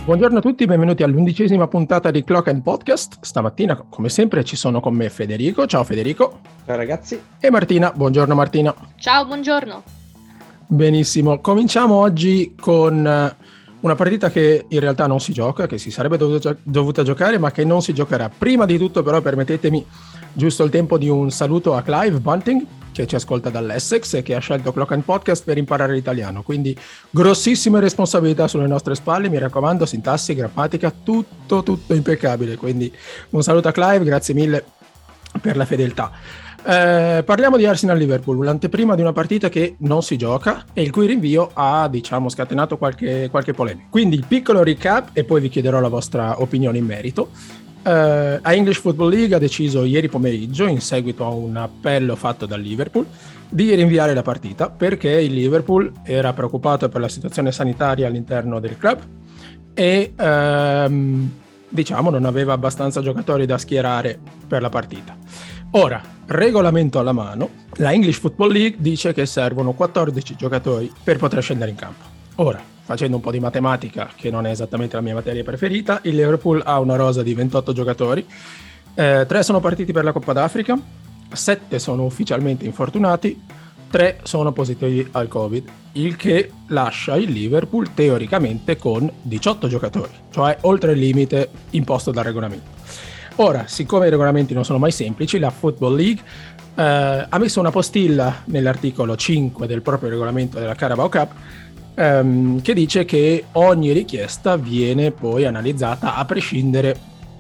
Buongiorno a tutti, benvenuti all'11ª puntata di Clock and Podcast. Stamattina, come sempre, ci sono con me Federico. Ciao Federico. Ciao ragazzi. E Martina. Buongiorno Martina. Ciao, buongiorno. Benissimo, cominciamo oggi con una partita che in realtà non si gioca, che si sarebbe dovuta giocare, ma che non si giocherà. Prima di tutto però permettetemi giusto il tempo di un saluto a Clive Bunting, che ci ascolta dall'Essex e che ha scelto Clock and Podcast per imparare l'italiano, quindi grossissime responsabilità sulle nostre spalle, mi raccomando, sintassi, grammatica, tutto impeccabile, quindi un saluto a Clive, grazie mille per la fedeltà. Parliamo di Arsenal-Liverpool, l'anteprima di una partita che non si gioca e il cui rinvio ha, scatenato qualche polemica. Quindi il piccolo recap e poi vi chiederò la vostra opinione in merito. A English Football League ha deciso ieri pomeriggio, in seguito a un appello fatto dal Liverpool, di rinviare la partita perché il Liverpool era preoccupato per la situazione sanitaria all'interno del club e non aveva abbastanza giocatori da schierare per la partita. Ora, regolamento alla mano, la English Football League dice che servono 14 giocatori per poter scendere in campo. Ora, facendo un po' di matematica, che non è esattamente la mia materia preferita, il Liverpool ha una rosa di 28 giocatori, 3 sono partiti per la Coppa d'Africa, 7 sono ufficialmente infortunati, 3 sono positivi al Covid, il che lascia il Liverpool teoricamente con 18 giocatori, cioè oltre il limite imposto dal regolamento. Ora, siccome i regolamenti non sono mai semplici, la Football League ha messo una postilla nell'articolo 5 del proprio regolamento della Carabao Cup che dice che ogni richiesta viene poi analizzata a prescindere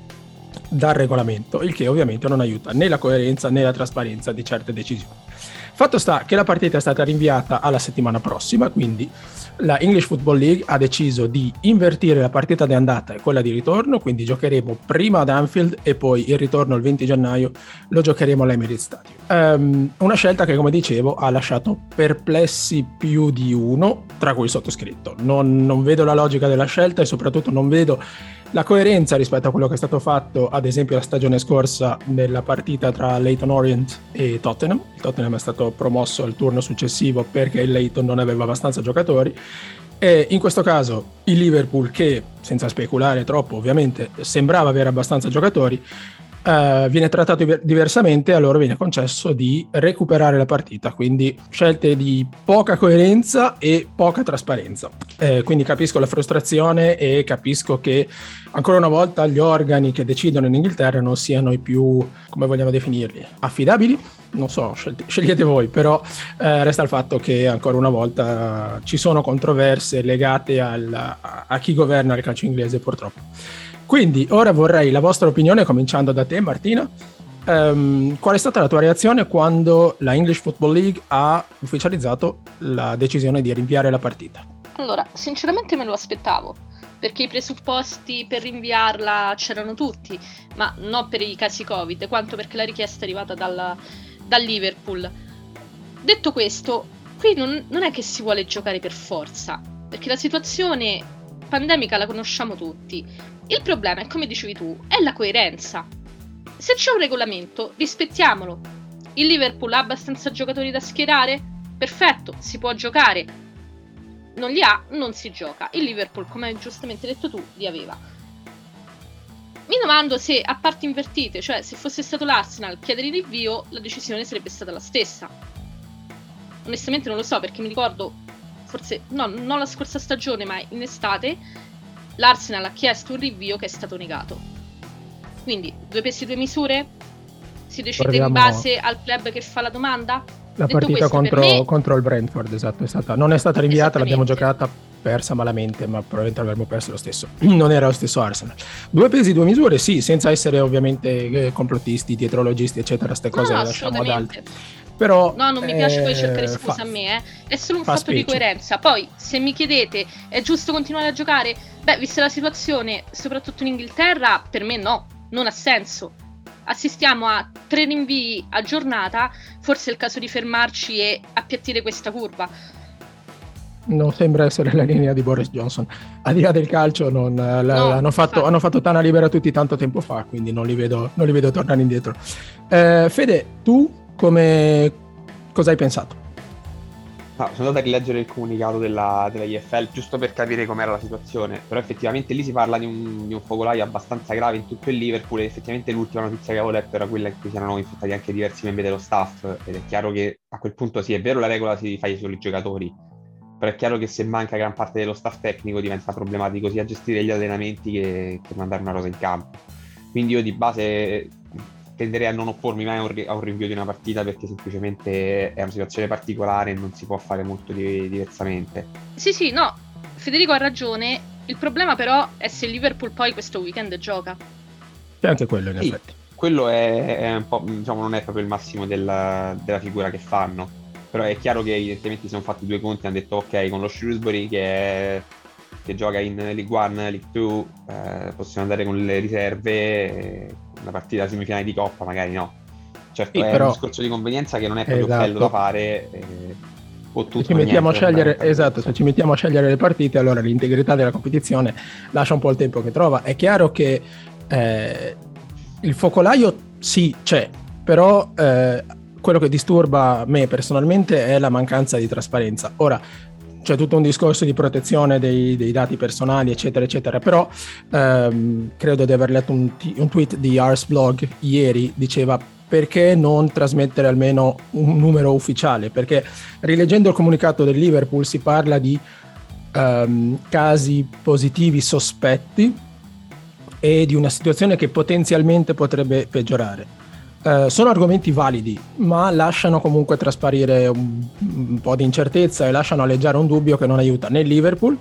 dal regolamento, il che ovviamente non aiuta né la coerenza né la trasparenza di certe decisioni. Fatto sta che la partita è stata rinviata alla settimana prossima, quindi la English Football League ha deciso di invertire la partita di andata e quella di ritorno, quindi giocheremo prima ad Anfield e poi il ritorno il 20 gennaio lo giocheremo all'Emirates Stadium. Una scelta che, come dicevo, ha lasciato perplessi più di uno, tra cui il sottoscritto. Non vedo la logica della scelta e soprattutto non vedo la coerenza rispetto a quello che è stato fatto, ad esempio, la stagione scorsa nella partita tra Leyton Orient e Tottenham. Il Tottenham è stato promosso al turno successivo perché il Leyton non aveva abbastanza giocatori. E in questo caso il Liverpool, che senza speculare troppo ovviamente sembrava avere abbastanza giocatori, viene trattato diversamente, a loro viene concesso di recuperare la partita, quindi scelte di poca coerenza e poca trasparenza. Quindi capisco la frustrazione e capisco che ancora una volta gli organi che decidono in Inghilterra non siano i più, come vogliamo definirli, affidabili? Non so, scegliete voi, però resta il fatto che ancora una volta ci sono controversie legate a chi governa il calcio inglese, purtroppo. Quindi ora vorrei la vostra opinione, cominciando da te Martina. Qual è stata la tua reazione quando la English Football League ha ufficializzato la decisione di rinviare la partita? Allora, sinceramente me lo aspettavo, perché i presupposti per rinviarla c'erano tutti, ma non per i casi Covid, quanto perché la richiesta è arrivata dal Liverpool. Detto questo, qui non è che si vuole giocare per forza, perché la situazione pandemica la conosciamo tutti. Il problema è, come dicevi tu, è la coerenza. Se c'è un regolamento, rispettiamolo. Il Liverpool ha abbastanza giocatori da schierare? Perfetto, si può giocare. Non li ha, non si gioca. Il Liverpool, come hai giustamente detto tu, li aveva. Mi domando se, a parti invertite, cioè se fosse stato l'Arsenal a chiedere il rinvio, la decisione sarebbe stata la stessa. Onestamente non lo so, perché mi ricordo, forse, no, non la scorsa stagione, ma in estate, l'Arsenal ha chiesto un rinvio che è stato negato. Quindi, due pesi, due misure? Si decide in base al club che fa la domanda? La detto partita questo, contro il Brentford, esatto, non è stata rinviata, l'abbiamo giocata, persa malamente, ma probabilmente l'avremmo perso lo stesso. Non era lo stesso Arsenal. Due pesi, due misure, sì, senza essere ovviamente complottisti, dietrologisti, eccetera, queste cose le lasciamo ad altri. Però, no, non mi piace poi cercare scusa a me, è solo un fatto di coerenza. Poi, se mi chiedete, è giusto continuare a giocare? Beh, vista la situazione, soprattutto in Inghilterra, per me no, non ha senso. Assistiamo a 3 rinvii a giornata, forse è il caso di fermarci e appiattire questa curva. Non sembra essere la linea di Boris Johnson. Al di là del calcio hanno fatto tana libera tutti tanto tempo fa, quindi non li vedo tornare indietro. Fede, tu cosa hai pensato? No, sono andato a rileggere il comunicato della IFL giusto per capire com'era la situazione, però effettivamente lì si parla di un focolaio abbastanza grave in tutto il Liverpool, e effettivamente l'ultima notizia che avevo letto era quella in cui si erano infettati anche diversi membri dello staff, ed è chiaro che a quel punto sì, è vero, la regola si fa solo i giocatori, però è chiaro che se manca gran parte dello staff tecnico diventa problematico sia gestire gli allenamenti che mandare una rosa in campo. Quindi io di base tenderei a non oppormi mai a un rinvio di una partita, perché semplicemente è una situazione particolare e non si può fare molto diversamente. Sì, no, Federico ha ragione. Il problema però è se il Liverpool poi questo weekend gioca. C'è anche quello, in Sì, effetti. quello è un po', diciamo, non è proprio il massimo della figura che fanno, però è chiaro che evidentemente si sono fatti due conti, hanno detto ok, con lo Shrewsbury che gioca in League One, League 2, possiamo andare con le riserve, una partita semifinale di Coppa magari no. Certo, Sì, è un però discorso di convenienza che non è proprio esatto. bello da fare, o Se tutto ci o mettiamo a niente, scegliere, fondamentalmente. se ci mettiamo a scegliere le partite, allora l'integrità della competizione lascia un po' il tempo che trova. È chiaro che il focolaio sì c'è, però quello che disturba me personalmente è la mancanza di trasparenza. Ora c'è tutto un discorso di protezione dei dati personali, eccetera, eccetera, però credo di aver letto un tweet di Ars Blog ieri, diceva: perché non trasmettere almeno un numero ufficiale? Perché rileggendo il comunicato del Liverpool si parla di casi positivi sospetti e di una situazione che potenzialmente potrebbe peggiorare. Sono argomenti validi, ma lasciano comunque trasparire un po' di incertezza e lasciano alleggiare un dubbio che non aiuta né il Liverpool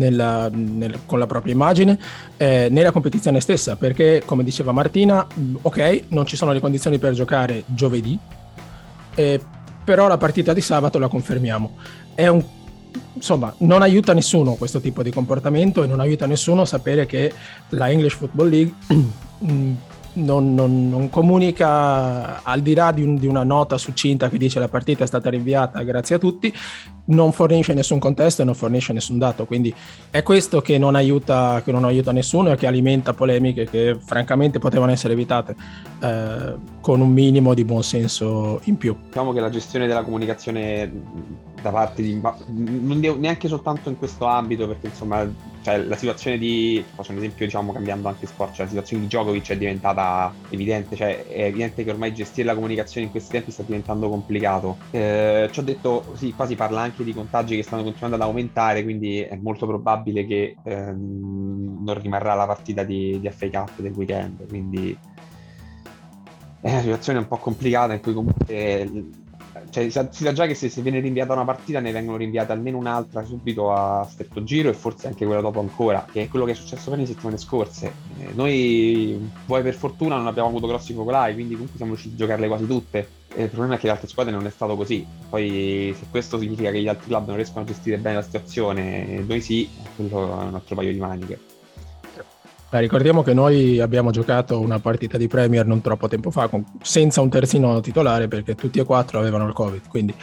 con la propria immagine, né la competizione stessa, perché come diceva Martina, ok, non ci sono le condizioni per giocare giovedì, però la partita di sabato la confermiamo. Insomma, non aiuta nessuno questo tipo di comportamento, e non aiuta nessuno sapere che la English Football League non comunica, al di là di una nota succinta che dice la partita è stata rinviata, grazie a tutti, non fornisce nessun contesto e non fornisce nessun dato, quindi è questo che non aiuta nessuno e che alimenta polemiche che francamente potevano essere evitate con un minimo di buonsenso in più. Diciamo che la gestione della comunicazione da parte neanche soltanto in questo ambito, perché insomma, cioè, la situazione faccio un esempio, diciamo, cambiando anche sport, cioè la situazione di Djokovic è diventata evidente, cioè è evidente che ormai gestire la comunicazione in questi tempi sta diventando complicato. Ci ho detto, sì, qua si parla anche di contagi che stanno continuando ad aumentare, quindi è molto probabile che non rimarrà la partita di FA Cup del weekend, quindi è una situazione un po' complicata in cui comunque, cioè, si sa già che se viene rinviata una partita ne vengono rinviate almeno un'altra subito a stretto giro, e forse anche quella dopo ancora, che è quello che è successo per le settimane scorse. Noi, vuoi per fortuna, non abbiamo avuto grossi focolai, quindi comunque siamo riusciti a giocarle quasi tutte. Il problema è che le altre squadre non è stato così. Poi se questo significa che gli altri club non riescono a gestire bene la situazione e noi sì, quello è un altro paio di maniche. Ricordiamo che noi abbiamo giocato una partita di Premier non troppo tempo fa senza un terzino titolare, perché tutti e quattro avevano il Covid, quindi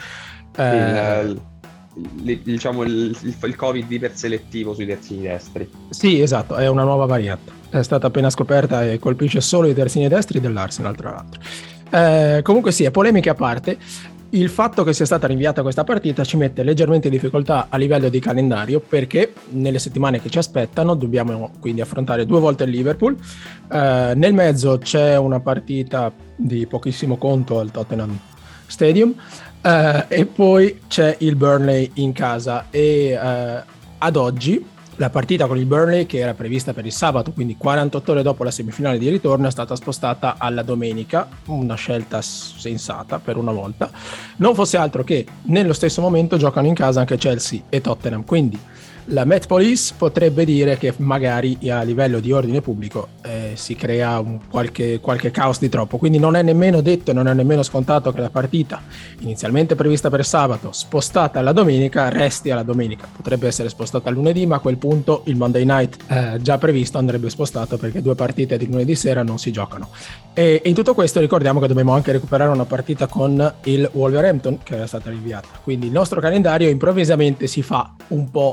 diciamo il Covid iperselettivo sui terzini destri. Sì, esatto, è una nuova variante, è stata appena scoperta e colpisce solo i terzini destri dell'Arsenal, tra l'altro. Comunque sì, polemiche a parte, il fatto che sia stata rinviata questa partita ci mette leggermente in difficoltà a livello di calendario, perché nelle settimane che ci aspettano dobbiamo quindi affrontare 2 volte il Liverpool. Nel mezzo c'è una partita di pochissimo conto al Tottenham Stadium, e poi c'è il Burnley in casa, e ad oggi la partita con il Burnley, che era prevista per il sabato, quindi 48 ore dopo la semifinale di ritorno, è stata spostata alla domenica, una scelta sensata per una volta. Non fosse altro che nello stesso momento giocano in casa anche Chelsea e Tottenham, quindi la Met Police potrebbe dire che magari a livello di ordine pubblico si crea qualche caos di troppo, quindi non è nemmeno detto e non è nemmeno scontato che la partita inizialmente prevista per sabato, spostata alla domenica, resti alla domenica. Potrebbe essere spostata a lunedì, ma a quel punto il Monday Night già previsto andrebbe spostato, perché 2 partite di lunedì sera non si giocano. E in tutto questo ricordiamo che dobbiamo anche recuperare una partita con il Wolverhampton che era stata rinviata, quindi il nostro calendario improvvisamente si fa un po'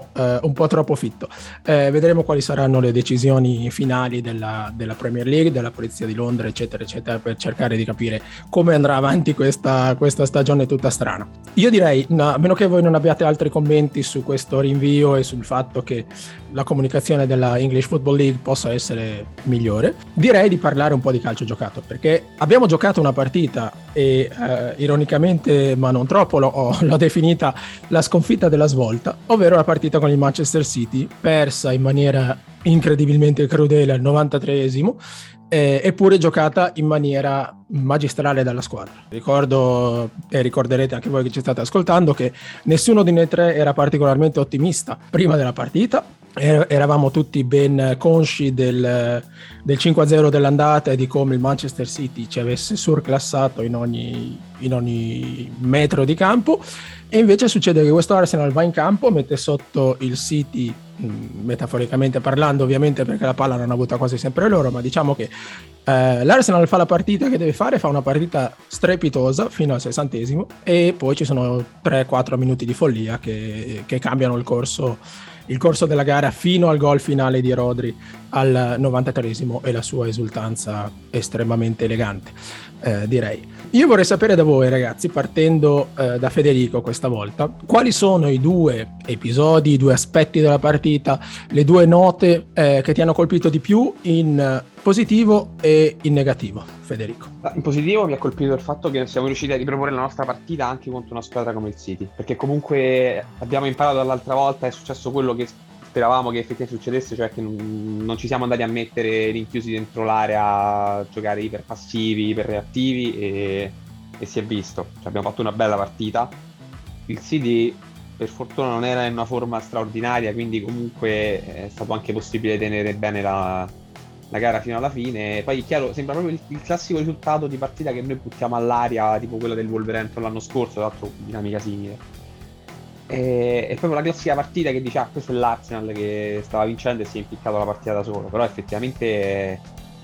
un po' troppo fitto. Vedremo quali saranno le decisioni finali della Premier League, della Polizia di Londra, eccetera, eccetera, per cercare di capire come andrà avanti questa stagione tutta strana. Io direi, no, a meno che voi non abbiate altri commenti su questo rinvio e sul fatto che la comunicazione della English Football League possa essere migliore, direi di parlare un po' di calcio giocato, perché abbiamo giocato una partita e ironicamente, ma non troppo, l'ho definita la sconfitta della svolta, ovvero la partita con il Manchester City, persa in maniera incredibilmente crudele al 93esimo, eppure giocata in maniera magistrale dalla squadra. Ricordo, e ricorderete anche voi che ci state ascoltando, che nessuno di noi tre era particolarmente ottimista prima della partita. Eravamo tutti ben consci del 5-0 dell'andata e di come il Manchester City ci avesse surclassato in ogni metro di campo, e invece succede che questo Arsenal va in campo, mette sotto il City, metaforicamente parlando ovviamente, perché la palla l'hanno avuta quasi sempre loro, ma diciamo che l'Arsenal fa la partita che deve fare, fa una partita strepitosa fino al 60esimo, e poi ci sono 3-4 minuti di follia che cambiano il corso della gara fino al gol finale di Rodri al 93esimo e la sua esultanza estremamente elegante, direi. Io vorrei sapere da voi, ragazzi, partendo da Federico questa volta, quali sono i due episodi, i due aspetti della partita, le due note che ti hanno colpito di più in positivo e in negativo, Federico. In positivo mi ha colpito il fatto che siamo riusciti a riproporre la nostra partita anche contro una squadra come il City, perché comunque abbiamo imparato dall'altra volta, è successo quello che speravamo che effettivamente succedesse, cioè che non ci siamo andati a mettere rinchiusi dentro l'area, a giocare iper passivi, iper reattivi, e si è visto. Cioè, abbiamo fatto una bella partita. Il City per fortuna non era in una forma straordinaria, quindi comunque è stato anche possibile tenere bene la gara fino alla fine. Poi chiaro, sembra proprio il classico risultato di partita che noi buttiamo all'aria, tipo quella del Wolverhampton l'anno scorso, tra l'altro dinamica simile. È proprio la classica partita che dice questo è l'Arsenal che stava vincendo e si è impiccato la partita da solo, però effettivamente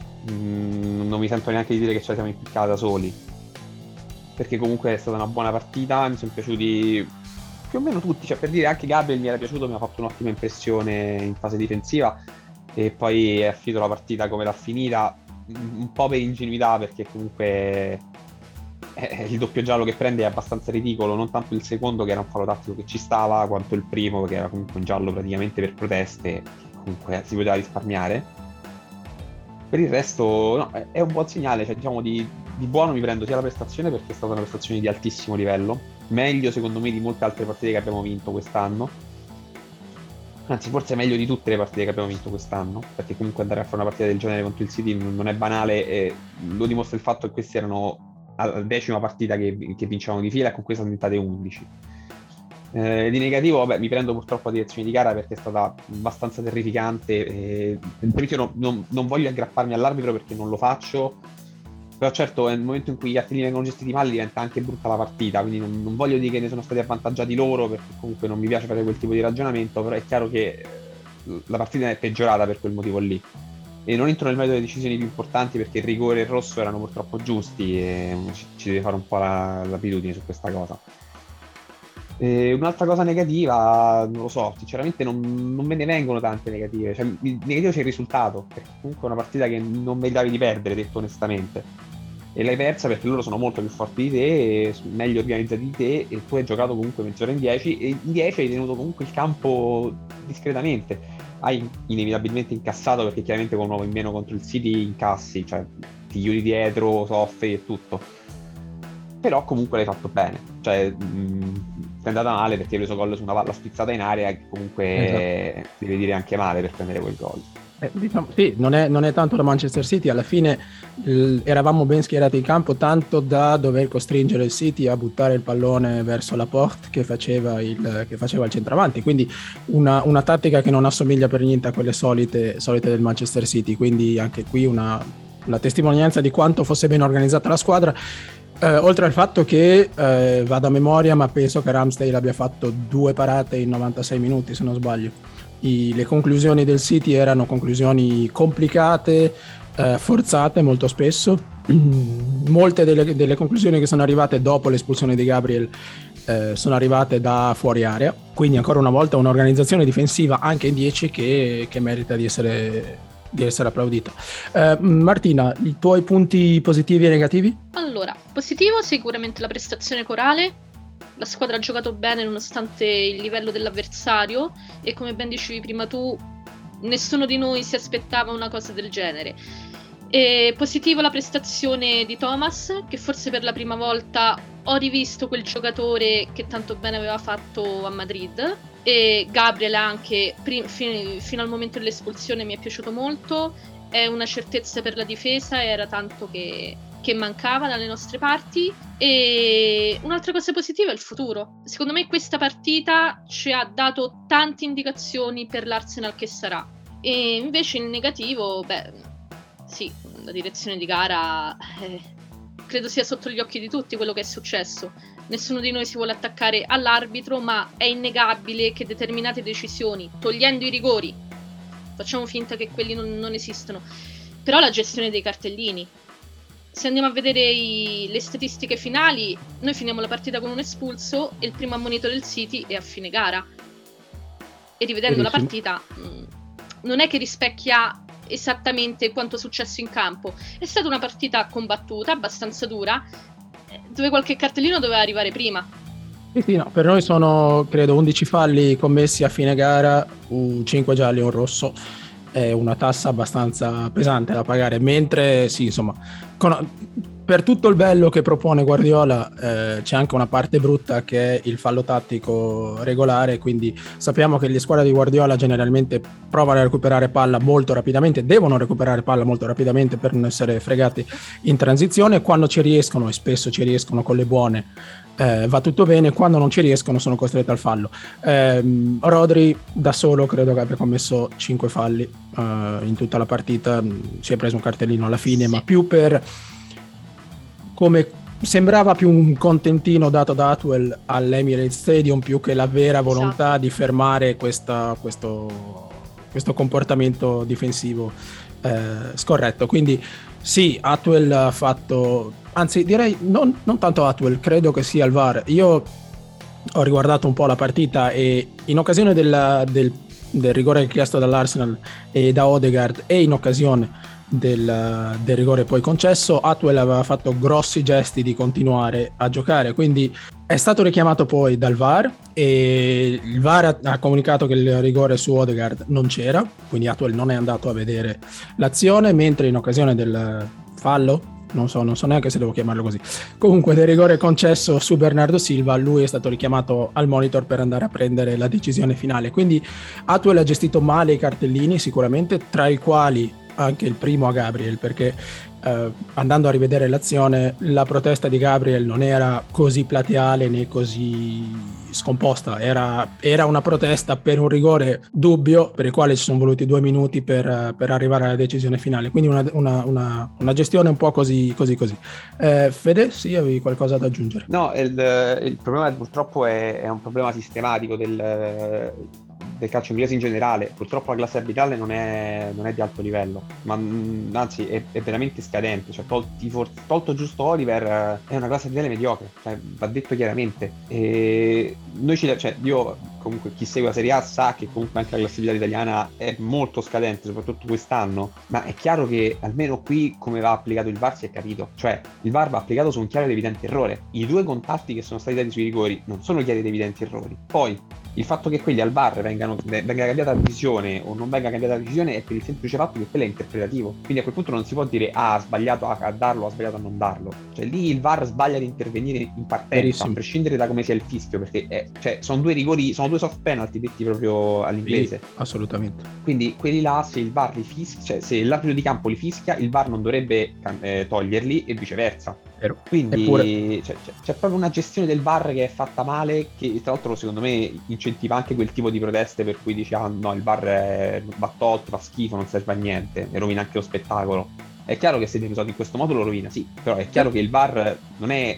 non mi sento neanche di dire che ce la siamo impiccati da soli, perché comunque è stata una buona partita, mi sono piaciuti più o meno tutti, cioè per dire anche Gabriel mi era piaciuto, mi ha fatto un'ottima impressione in fase difensiva, e poi è finito la partita come l'ha finita, un po' per ingenuità, perché comunque il doppio giallo che prende è abbastanza ridicolo, non tanto il secondo che era un fallo tattico che ci stava, quanto il primo che era comunque un giallo praticamente per proteste, che comunque si poteva risparmiare. Per il resto no, è un buon segnale, cioè diciamo di buono mi prendo sia la prestazione, perché è stata una prestazione di altissimo livello, meglio secondo me di molte altre partite che abbiamo vinto quest'anno, anzi forse meglio di tutte le partite che abbiamo vinto quest'anno, perché comunque andare a fare una partita del genere contro il City non è banale, e lo dimostra il fatto che questi erano la 10ª partita che vincevano di fila, e con questa sono diventate 11. Di negativo, vabbè, mi prendo purtroppo la direzione di gara, perché è stata abbastanza terrificante. Io non voglio aggrapparmi all'arbitro, perché non lo faccio, però certo nel momento in cui gli attini vengono gestiti male diventa anche brutta la partita, quindi non voglio dire che ne sono stati avvantaggiati loro, perché comunque non mi piace fare quel tipo di ragionamento, però è chiaro che la partita è peggiorata per quel motivo lì. E non entro nel merito delle decisioni più importanti, perché il rigore e il rosso erano purtroppo giusti, e ci deve fare un po' l'abitudine su questa cosa. E un'altra cosa negativa, non lo so, sinceramente non me ne vengono tante negative, cioè negativo c'è il risultato, perché comunque è una partita che non meritavi di perdere, detto onestamente, e l'hai persa perché loro sono molto più forti di te, meglio organizzati di te, e tu hai giocato comunque mezz'ora in 10, e in 10 hai tenuto comunque il campo discretamente. Hai inevitabilmente incassato, perché chiaramente con un uomo in meno contro il City incassi, cioè ti chiudi dietro, soffri e tutto, però comunque l'hai fatto bene, cioè è andata male perché hai preso gol su una palla spizzata in area, che comunque esatto, devi dire anche male per prendere quel gol. Diciamo, sì, non è tanto la Manchester City, alla fine eravamo ben schierati in campo, tanto da dover costringere il City a buttare il pallone verso la Porte che faceva il centravanti, quindi una tattica che non assomiglia per niente a quelle solite del Manchester City, quindi anche qui la testimonianza di quanto fosse ben organizzata la squadra, oltre al fatto che vado a memoria, ma penso che Ramsdale abbia fatto 2 parate in 96 minuti se non sbaglio. Le conclusioni del City erano conclusioni complicate, forzate molto spesso. Molte delle conclusioni che sono arrivate dopo l'espulsione di Gabriel sono arrivate da fuori area, quindi ancora una volta un'organizzazione difensiva anche in 10 che merita di essere applaudita. Martina, i tuoi punti positivi e negativi? Allora, positivo sicuramente la prestazione corale. La squadra ha giocato bene nonostante il livello dell'avversario e come ben dicevi prima tu, nessuno di noi si aspettava una cosa del genere. E positivo la prestazione di Thomas, che forse per la prima volta ho rivisto quel giocatore che tanto bene aveva fatto a Madrid, e Gabriel anche fino al momento dell'espulsione mi è piaciuto molto, è una certezza per la difesa, era tanto che mancava dalle nostre parti. E un'altra cosa positiva è il futuro. Secondo me questa partita ci ha dato tante indicazioni per l'Arsenal che sarà. E invece il negativo, sì, la direzione di gara credo sia sotto gli occhi di tutti quello che è successo. Nessuno di noi si vuole attaccare all'arbitro, ma è innegabile che determinate decisioni, togliendo i rigori, facciamo finta che quelli non esistono, però la gestione dei cartellini, se andiamo a vedere le statistiche finali, noi finiamo la partita con un espulso e il primo ammonito del City è a fine gara, e rivedendo la partita non è che rispecchia esattamente quanto è successo in campo. È stata una partita combattuta, abbastanza dura, dove qualche cartellino doveva arrivare prima. Sì, no, per noi sono credo 11 falli commessi a fine gara, 5 gialli e un rosso. È una tassa abbastanza pesante da pagare, mentre sì, insomma, per tutto il bello che propone Guardiola c'è anche una parte brutta che è il fallo tattico regolare, quindi sappiamo che le squadre di Guardiola generalmente provano a recuperare palla molto rapidamente, devono recuperare palla molto rapidamente per non essere fregati in transizione, quando ci riescono, e spesso ci riescono con le buone, va tutto bene, quando non ci riescono sono costretti al fallo. Rodri da solo credo che abbia commesso 5 falli in tutta la partita, si è preso un cartellino alla fine, ma più per come sembrava più un contentino dato da Atwell all'Emirates Stadium più che la vera volontà di fermare questo comportamento difensivo scorretto. Quindi sì, Atwell ha fatto, anzi direi non tanto Atwell, credo che sia il VAR. Io ho riguardato un po' la partita e in occasione del rigore chiesto dall'Arsenal e da Odegaard e in occasione del rigore poi concesso, Atwell aveva fatto grossi gesti di continuare a giocare, quindi è stato richiamato poi dal VAR e il VAR ha comunicato che il rigore su Odegaard non c'era, quindi Atwell non è andato a vedere l'azione, mentre in occasione del fallo, non so neanche se devo chiamarlo così, comunque del rigore concesso su Bernardo Silva, lui è stato richiamato al monitor per andare a prendere la decisione finale. Quindi Atwell ha gestito male i cartellini sicuramente, tra i quali anche il primo a Gabriel, perché andando a rivedere l'azione, la protesta di Gabriel non era così plateale né così scomposta, era una protesta per un rigore dubbio per il quale ci sono voluti 2 minuti per arrivare alla decisione finale, quindi una gestione un po' così. Fede, sì, avevi qualcosa da aggiungere? No, il problema purtroppo è un problema sistematico del calcio inglese in generale. Purtroppo la classe arbitrale non è di alto livello, ma anzi è veramente scadente, cioè tolto giusto Oliver, è una classe arbitrale mediocre, cioè, va detto chiaramente. E noi io comunque, chi segue la Serie A sa che comunque anche la classe arbitrale italiana è molto scadente, soprattutto quest'anno, ma è chiaro che almeno qui come va applicato il VAR si è capito, cioè il VAR va applicato su un chiaro ed evidente errore. I 2 contatti che sono stati dati sui rigori non sono chiari ed evidenti errori. Poi il fatto che quelli al VAR venga cambiata la decisione o non venga cambiata la decisione è per il semplice fatto che quello è interpretativo, quindi a quel punto non si può dire ha sbagliato a darlo, ha sbagliato a non darlo, cioè lì il VAR sbaglia di intervenire in partenza, verissimo, a prescindere da come sia il fischio, perché sono 2 rigori, sono 2 soft penalty detti proprio all'inglese. Sì, assolutamente. Quindi quelli là, se il VAR li fischia, cioè se l'arbitro di campo li fischia, il VAR non dovrebbe toglierli e viceversa. Quindi c'è proprio una gestione del VAR che è fatta male, che tra l'altro secondo me incentiva anche quel tipo di proteste per cui dice no, il VAR va tolto, fa schifo, non serve a niente e rovina anche lo spettacolo. È chiaro che se viene usato in questo modo lo rovina, sì, però è chiaro che il VAR non è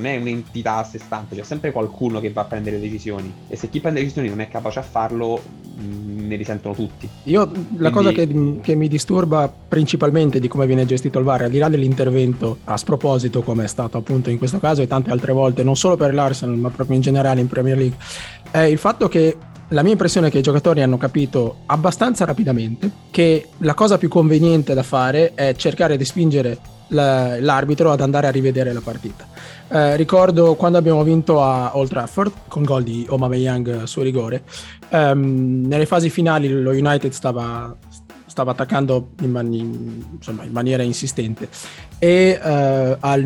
un'entità a sé stante, c'è sempre qualcuno che va a prendere decisioni, e se chi prende decisioni non è capace a farlo, ne risentono tutti. La cosa che mi disturba principalmente di come viene gestito il VAR, al di là dell'intervento a sproposito come è stato appunto in questo caso e tante altre volte, non solo per l'Arsenal ma proprio in generale in Premier League, è il fatto che la mia impressione è che i giocatori hanno capito abbastanza rapidamente che la cosa più conveniente da fare è cercare di spingere l'arbitro ad andare a rivedere la partita. Ricordo quando abbiamo vinto a Old Trafford con gol di Aubameyang su rigore, nelle fasi finali lo United stava attaccando in maniera insistente e al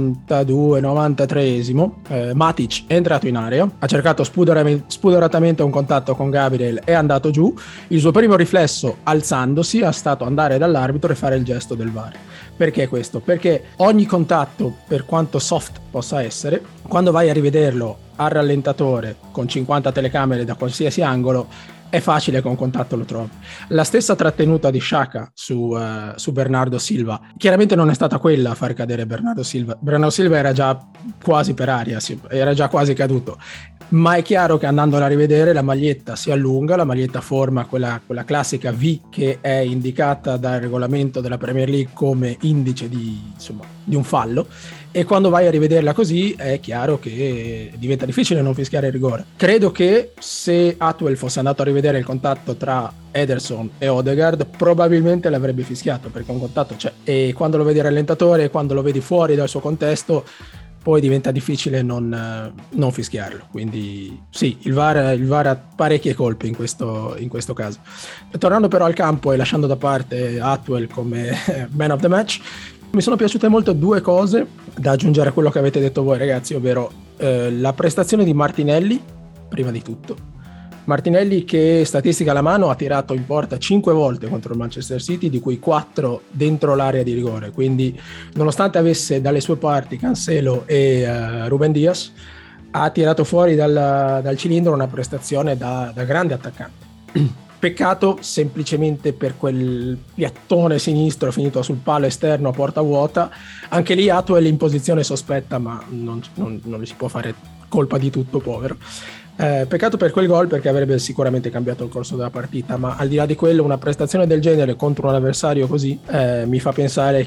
92-93esimo Matic è entrato in area, ha cercato spudoratamente un contatto con Gabriel, è andato giù. Il suo primo riflesso alzandosi è stato andare dall'arbitro e fare il gesto del VAR. Perché questo? Perché ogni contatto, per quanto soft possa essere, quando vai a rivederlo al rallentatore con 50 telecamere da qualsiasi angolo, è facile che un contatto lo trovi. La stessa trattenuta di Xhaka su Bernardo Silva chiaramente non è stata quella a far cadere Bernardo Silva. Bernardo Silva era già quasi per aria, era già quasi caduto, ma è chiaro che andandolo a rivedere la maglietta si allunga, la maglietta forma quella classica V che è indicata dal regolamento della Premier League come indice di un fallo, e quando vai a rivederla così è chiaro che diventa difficile non fischiare il rigore. Credo che se Atwell fosse andato a rivedere il contatto tra Ederson e Odegaard probabilmente l'avrebbe fischiato, perché un contatto c'è, e quando lo vedi il rallentatore, quando lo vedi fuori dal suo contesto, poi diventa difficile non fischiarlo. Quindi sì, il VAR ha parecchie colpe in questo caso. Tornando però al campo e lasciando da parte Atwell come man of the match, mi sono piaciute molto due cose da aggiungere a quello che avete detto voi ragazzi, ovvero la prestazione di Martinelli, prima di tutto. Martinelli che, statistica alla mano, ha tirato in porta 5 volte contro il Manchester City, di cui 4 dentro l'area di rigore, quindi nonostante avesse dalle sue parti Cancelo e Ruben Dias, ha tirato fuori dal cilindro una prestazione da grande attaccante. Peccato semplicemente per quel piattone sinistro finito sul palo esterno a porta vuota. Anche lì Atwell in posizione sospetta, ma non gli si può fare colpa di tutto, povero. Peccato per quel gol, perché avrebbe sicuramente cambiato il corso della partita, ma al di là di quello, una prestazione del genere contro un avversario così mi fa pensare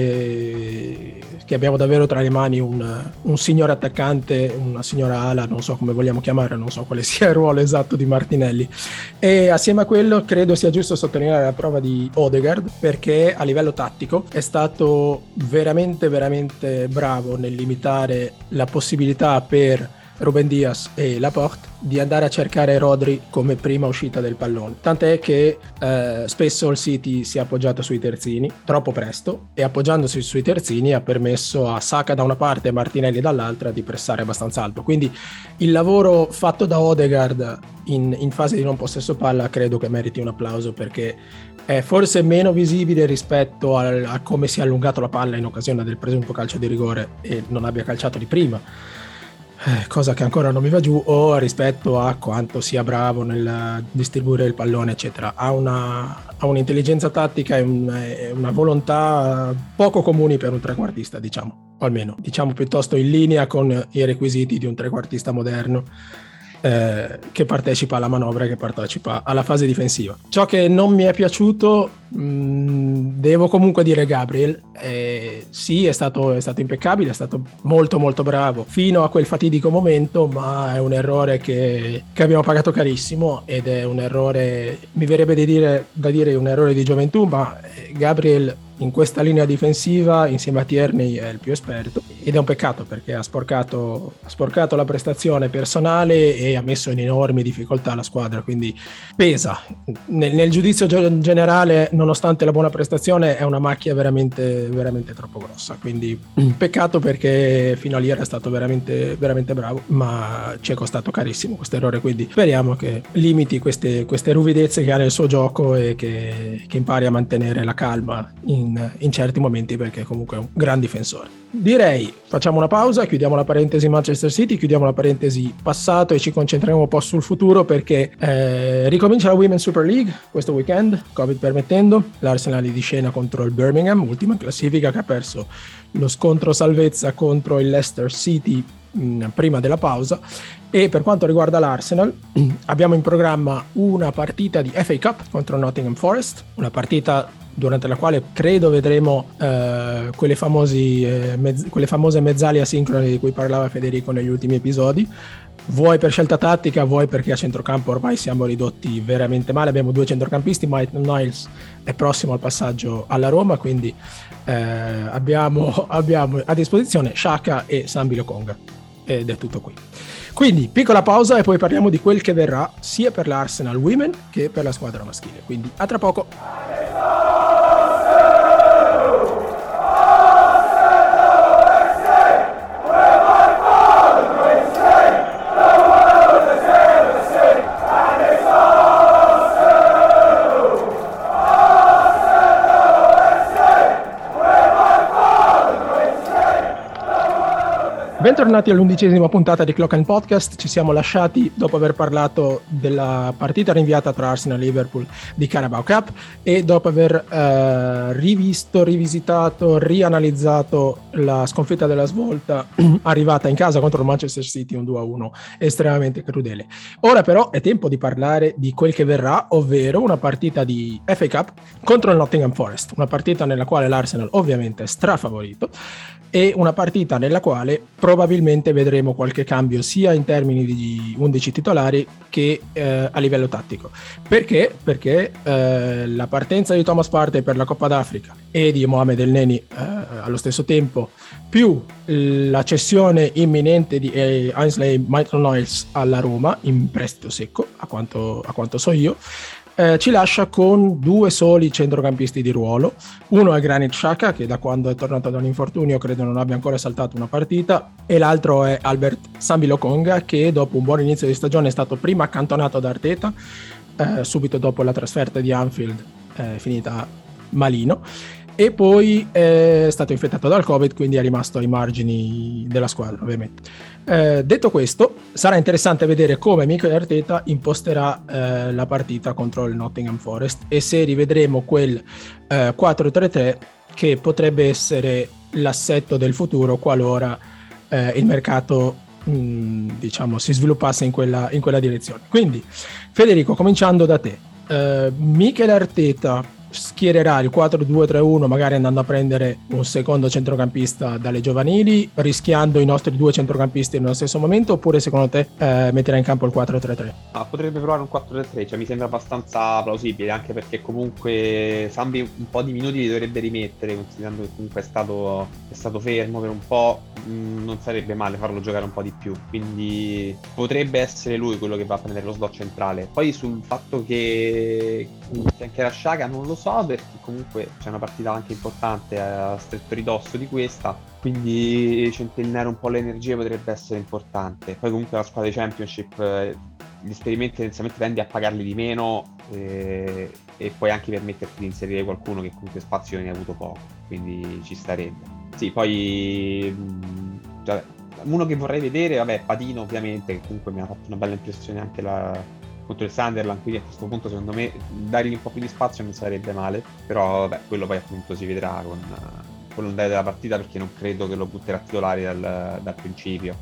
che abbiamo davvero tra le mani un signor attaccante, una signora ala, non so come vogliamo chiamare, non so quale sia il ruolo esatto di Martinelli. E assieme a quello credo sia giusto sottolineare la prova di Odegaard, perché a livello tattico è stato veramente veramente bravo nel limitare la possibilità per Ruben Dias e Laporte di andare a cercare Rodri come prima uscita del pallone, tant'è che spesso il City si è appoggiato sui terzini troppo presto, e appoggiandosi sui terzini ha permesso a Saka da una parte e Martinelli dall'altra di pressare abbastanza alto. Quindi il lavoro fatto da Odegaard in fase di non possesso palla credo che meriti un applauso, perché è forse meno visibile rispetto a come si è allungato la palla in occasione del presunto calcio di rigore e non abbia calciato di prima, cosa che ancora non mi va giù, o rispetto a quanto sia bravo nel distribuire il pallone eccetera. Ha un'intelligenza tattica e una volontà poco comuni per un trequartista, diciamo, o almeno diciamo piuttosto in linea con i requisiti di un trequartista moderno che partecipa alla manovra, che partecipa alla fase difensiva. Ciò che non mi è piaciuto, devo comunque dire Gabriel. Sì, è stato impeccabile, è stato molto molto bravo fino a quel fatidico momento, ma è un errore che abbiamo pagato carissimo, ed è un errore, mi verrebbe da dire un errore di gioventù, ma Gabriel in questa linea difensiva insieme a Tierney è il più esperto, ed è un peccato perché ha sporcato la prestazione personale e ha messo in enormi difficoltà la squadra, quindi pesa nel giudizio generale. Nonostante la buona prestazione, è una macchia veramente veramente troppo grossa, quindi peccato, perché fino a lì era stato veramente veramente bravo, ma ci è costato carissimo questo errore, quindi speriamo che limiti queste ruvidezze che ha nel suo gioco e che impari a mantenere la calma in certi momenti, perché comunque è un gran difensore. Direi facciamo una pausa, chiudiamo la parentesi Manchester City, chiudiamo la parentesi passato e ci concentriamo un po' sul futuro, perché ricomincia la Women's Super League questo weekend, Covid permettendo. L'Arsenal di scena contro il Birmingham, ultima in classifica, che ha perso lo scontro salvezza contro il Leicester City prima della pausa. E per quanto riguarda l'Arsenal, abbiamo in programma una partita di FA Cup contro Nottingham Forest, una partita durante la quale credo vedremo quelle famose mezzali asincrone di cui parlava Federico negli ultimi episodi, vuoi per scelta tattica, vuoi perché a centrocampo ormai siamo ridotti veramente male. Abbiamo 2 centrocampisti, Maitland-Niles è prossimo al passaggio alla Roma, quindi abbiamo a disposizione Xhaka e Sambi Lokonga, ed è tutto qui. Quindi piccola pausa e poi parliamo di quel che verrà sia per l'Arsenal Women che per la squadra maschile, quindi a tra poco. Bentornati all'11ª puntata di Clock and Podcast. Ci siamo lasciati dopo aver parlato della partita rinviata tra Arsenal e Liverpool di Carabao Cup e dopo aver rivisitato, rianalizzato la sconfitta della Svolta arrivata in casa contro il Manchester City, un 2-1 estremamente crudele. Ora però è tempo di parlare di quel che verrà, ovvero una partita di FA Cup contro il Nottingham Forest, una partita nella quale l'Arsenal ovviamente è strafavorito e una partita nella quale probabilmente vedremo qualche cambio sia in termini di 11 titolari che a livello tattico. Perché? Perché la partenza di Thomas Partey per la Coppa d'Africa e di Mohamed El Neni allo stesso tempo, più la cessione imminente di Ainsley Maitland-Niles alla Roma in prestito secco, a quanto so io, ci lascia con 2 soli centrocampisti di ruolo. Uno è Granit Xhaka, che da quando è tornato da un infortunio credo non abbia ancora saltato una partita, e l'altro è Albert Sambi Lokonga, che dopo un buon inizio di stagione è stato prima accantonato da Arteta subito dopo la trasferta di Anfield finita malino, e poi è stato infettato dal Covid, quindi è rimasto ai margini della squadra ovviamente. Detto questo, sarà interessante vedere come Mikel Arteta imposterà la partita contro il Nottingham Forest e se rivedremo quel 4-3-3 che potrebbe essere l'assetto del futuro qualora il mercato si sviluppasse in quella direzione. Quindi Federico, cominciando da te, Mikel Arteta schiererà il 4-2-3-1 magari andando a prendere un secondo centrocampista dalle giovanili, rischiando i nostri 2 centrocampisti nello stesso momento, oppure secondo te metterà in campo il 4-3-3? Potrebbe provare un 4-3-3, cioè mi sembra abbastanza plausibile, anche perché comunque Sambi un po' di minuti li dovrebbe rimettere, considerando che comunque è stato fermo per un po', non sarebbe male farlo giocare un po' di più, quindi potrebbe essere lui quello che va a prendere lo slot centrale. Poi sul fatto che anche la Xhaka non lo so, perché comunque c'è una partita anche importante a stretto ridosso di questa, quindi centellinare un po' le energie potrebbe essere importante. Poi comunque la squadra di Championship gli esperimenti tendenzialmente tendi a pagarli di meno e poi anche permetterti di inserire qualcuno che comunque spazio ne ha avuto poco, quindi ci starebbe. Sì, poi uno che vorrei vedere, Patino ovviamente, che comunque mi ha fatto una bella impressione anche contro il Sunderland, quindi a questo punto secondo me dargli un po' più di spazio non sarebbe male, però quello poi appunto si vedrà con l'andare della partita, perché non credo che lo butterà titolare dal principio.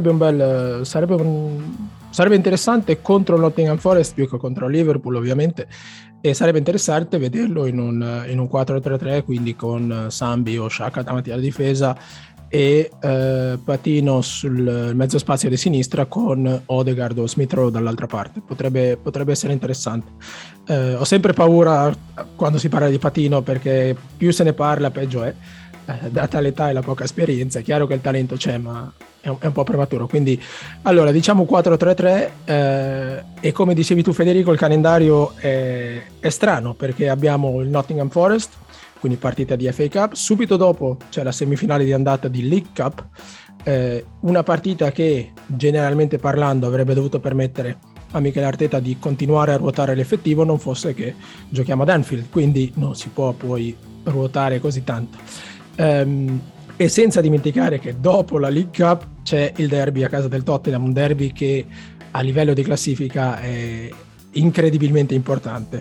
Sarebbe interessante contro il Nottingham Forest più che contro il Liverpool ovviamente, e sarebbe interessante vederlo in un 4-3-3, quindi con Sambi o Xhaka davanti alla difesa e Patino sul mezzo spazio di sinistra con Odegaard o Smith Rowe dall'altra parte. Potrebbe essere interessante. Ho sempre paura quando si parla di Patino, perché più se ne parla peggio è, data l'età e la poca esperienza. È chiaro che il talento c'è, ma è un po' prematuro. Quindi allora diciamo 4-3-3 e come dicevi tu Federico, il calendario è strano, perché abbiamo il Nottingham Forest, quindi partita di FA Cup, subito dopo c'è la semifinale di andata di League Cup, una partita che generalmente parlando avrebbe dovuto permettere a Mikel Arteta di continuare a ruotare l'effettivo, non fosse che giochiamo ad Anfield, quindi non si può poi ruotare così tanto. E senza dimenticare che dopo la League Cup c'è il derby a casa del Tottenham, un derby che a livello di classifica è incredibilmente importante.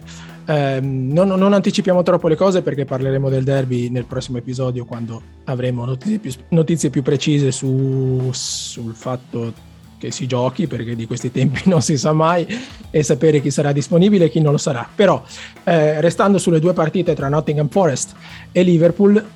Non anticipiamo troppo le cose perché parleremo del derby nel prossimo episodio, quando avremo notizie più precise sul fatto che si giochi, perché di questi tempi non si sa mai, e sapere chi sarà disponibile e chi non lo sarà. Però restando sulle due partite tra Nottingham Forest e Liverpool,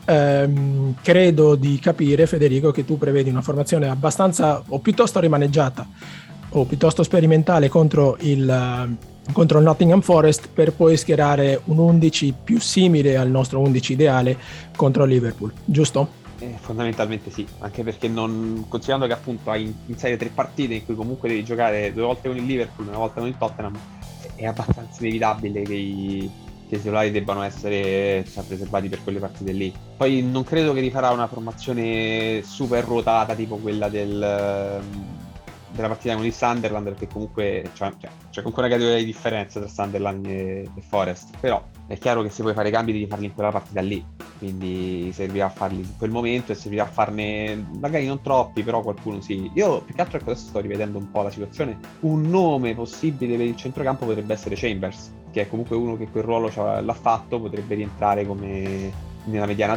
credo di capire, Federico, che tu prevedi una formazione abbastanza o piuttosto rimaneggiata o piuttosto sperimentale contro il Nottingham Forest, per poi schierare un 11 più simile al nostro 11 ideale contro Liverpool, giusto? Fondamentalmente sì, anche perché considerando che appunto hai in serie 3 partite in cui comunque devi giocare 2 volte con il Liverpool, una volta con il Tottenham, è abbastanza inevitabile che i titolari debbano essere preservati per quelle partite lì. Poi non credo che rifarà una formazione super ruotata tipo quella della partita con il Sunderland, perché comunque c'è comunque una categoria di differenza tra Sunderland e Forest, però è chiaro che se puoi fare cambi devi farli in quella partita lì, quindi servirà a farli in quel momento e servirà a farne magari non troppi, però qualcuno sì. Io più che altro adesso sto rivedendo un po' la situazione. Un nome possibile per il centrocampo potrebbe essere Chambers, che è comunque uno che quel ruolo l'ha fatto, potrebbe rientrare come nella mediana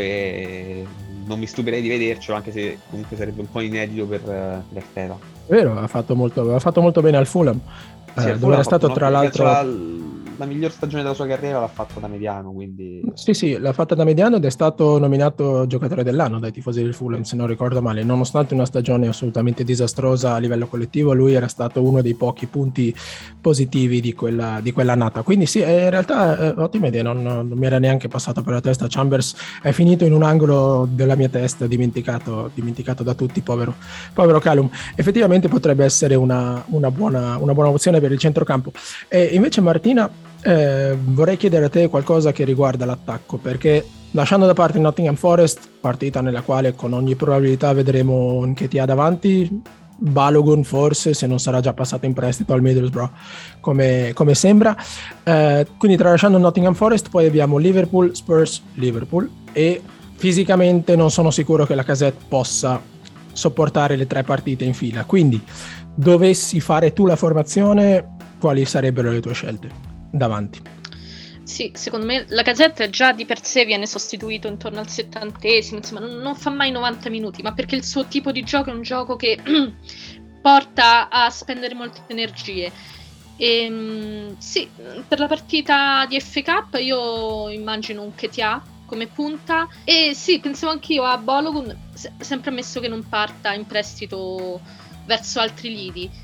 2, non mi stupirei di vedercelo, anche se comunque sarebbe un po' inedito per Arteta. È vero, ha fatto molto bene al Fulham, dove era stato tra l'altro la miglior stagione della sua carriera l'ha fatta da mediano, quindi sì, l'ha fatta da mediano ed è stato nominato giocatore dell'anno dai tifosi del Fulham, se non ricordo male. Nonostante una stagione assolutamente disastrosa a livello collettivo, lui era stato uno dei pochi punti positivi di quell'annata. Quindi sì, in realtà ottima idea, non mi era neanche passato per la testa. Chambers è finito in un angolo della mia testa, dimenticato da tutti, povero Callum. Effettivamente potrebbe essere una buona opzione per il centrocampo. E invece Martina, vorrei chiedere a te qualcosa che riguarda l'attacco, perché lasciando da parte il Nottingham Forest, partita nella quale con ogni probabilità vedremo Nketiah davanti, Balogun forse, se non sarà già passato in prestito al Middlesbrough come sembra, quindi tralasciando il Nottingham Forest poi abbiamo Liverpool, Spurs, Liverpool, e fisicamente non sono sicuro che la Lacazette possa sopportare le 3 partite in fila, quindi dovessi fare tu la formazione, quali sarebbero le tue scelte davanti? Sì, secondo me la Lacazette già di per sé viene sostituito intorno al 70esimo, insomma non fa mai 90 minuti, ma perché il suo tipo di gioco è un gioco che porta a spendere molte energie. Sì, per la partita di FA Cup io immagino un Nketiah come punta, e sì, pensavo anch'io a Balogun, sempre ammesso che non parta in prestito verso altri lidi.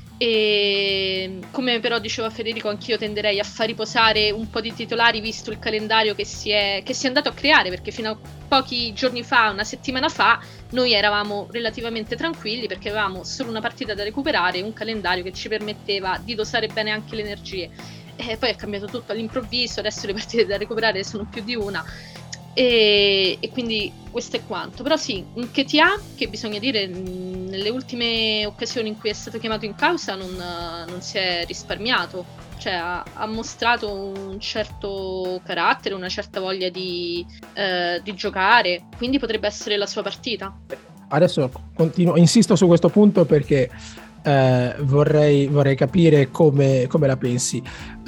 E come però diceva Federico, anch'io tenderei a far riposare un po' di titolari, visto il calendario che si è andato a creare, perché fino a pochi giorni fa, una settimana fa, noi eravamo relativamente tranquilli perché avevamo solo una partita da recuperare, un calendario che ci permetteva di dosare bene anche le energie. E poi è cambiato tutto all'improvviso, adesso le partite da recuperare sono più di una. E quindi questo è quanto. Però sì, Nketiah, che bisogna dire nelle ultime occasioni in cui è stato chiamato in causa non si è risparmiato, cioè ha mostrato un certo carattere, una certa voglia di giocare, quindi potrebbe essere la sua partita. Adesso insisto su questo punto perché vorrei capire come la pensi.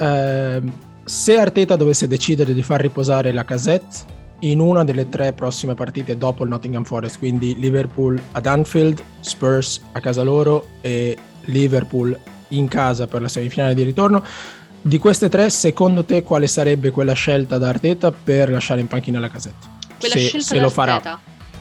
Se Arteta dovesse decidere di far riposare la Lacazette in una delle 3 prossime partite dopo il Nottingham Forest, quindi Liverpool ad Anfield, Spurs a casa loro e Liverpool in casa per la semifinale di ritorno, di queste 3 secondo te quale sarebbe quella scelta da Arteta per lasciare in panchina la Lacazette? Se lo farà.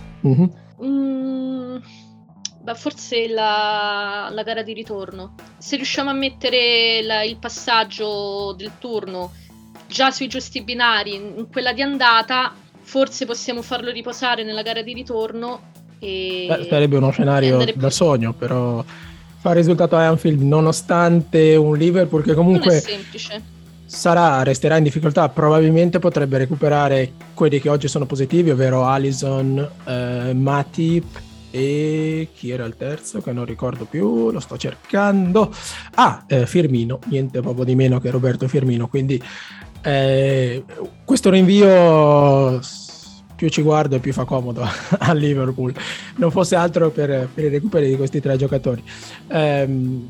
Forse la gara di ritorno, se riusciamo a mettere il passaggio del turno già sui giusti binari in quella di andata, forse possiamo farlo riposare nella gara di ritorno e sarebbe uno scenario da sogno, però fare il risultato a Anfield nonostante un Liverpool che comunque non è semplice, resterà in difficoltà, probabilmente potrebbe recuperare quelli che oggi sono positivi, ovvero Alisson, Matip e chi era il terzo che non ricordo più, lo sto cercando, Firmino, niente proprio di meno che Roberto Firmino, quindi questo rinvio più ci guardo e più fa comodo a Liverpool, non fosse altro per i recuperi di questi 3 giocatori.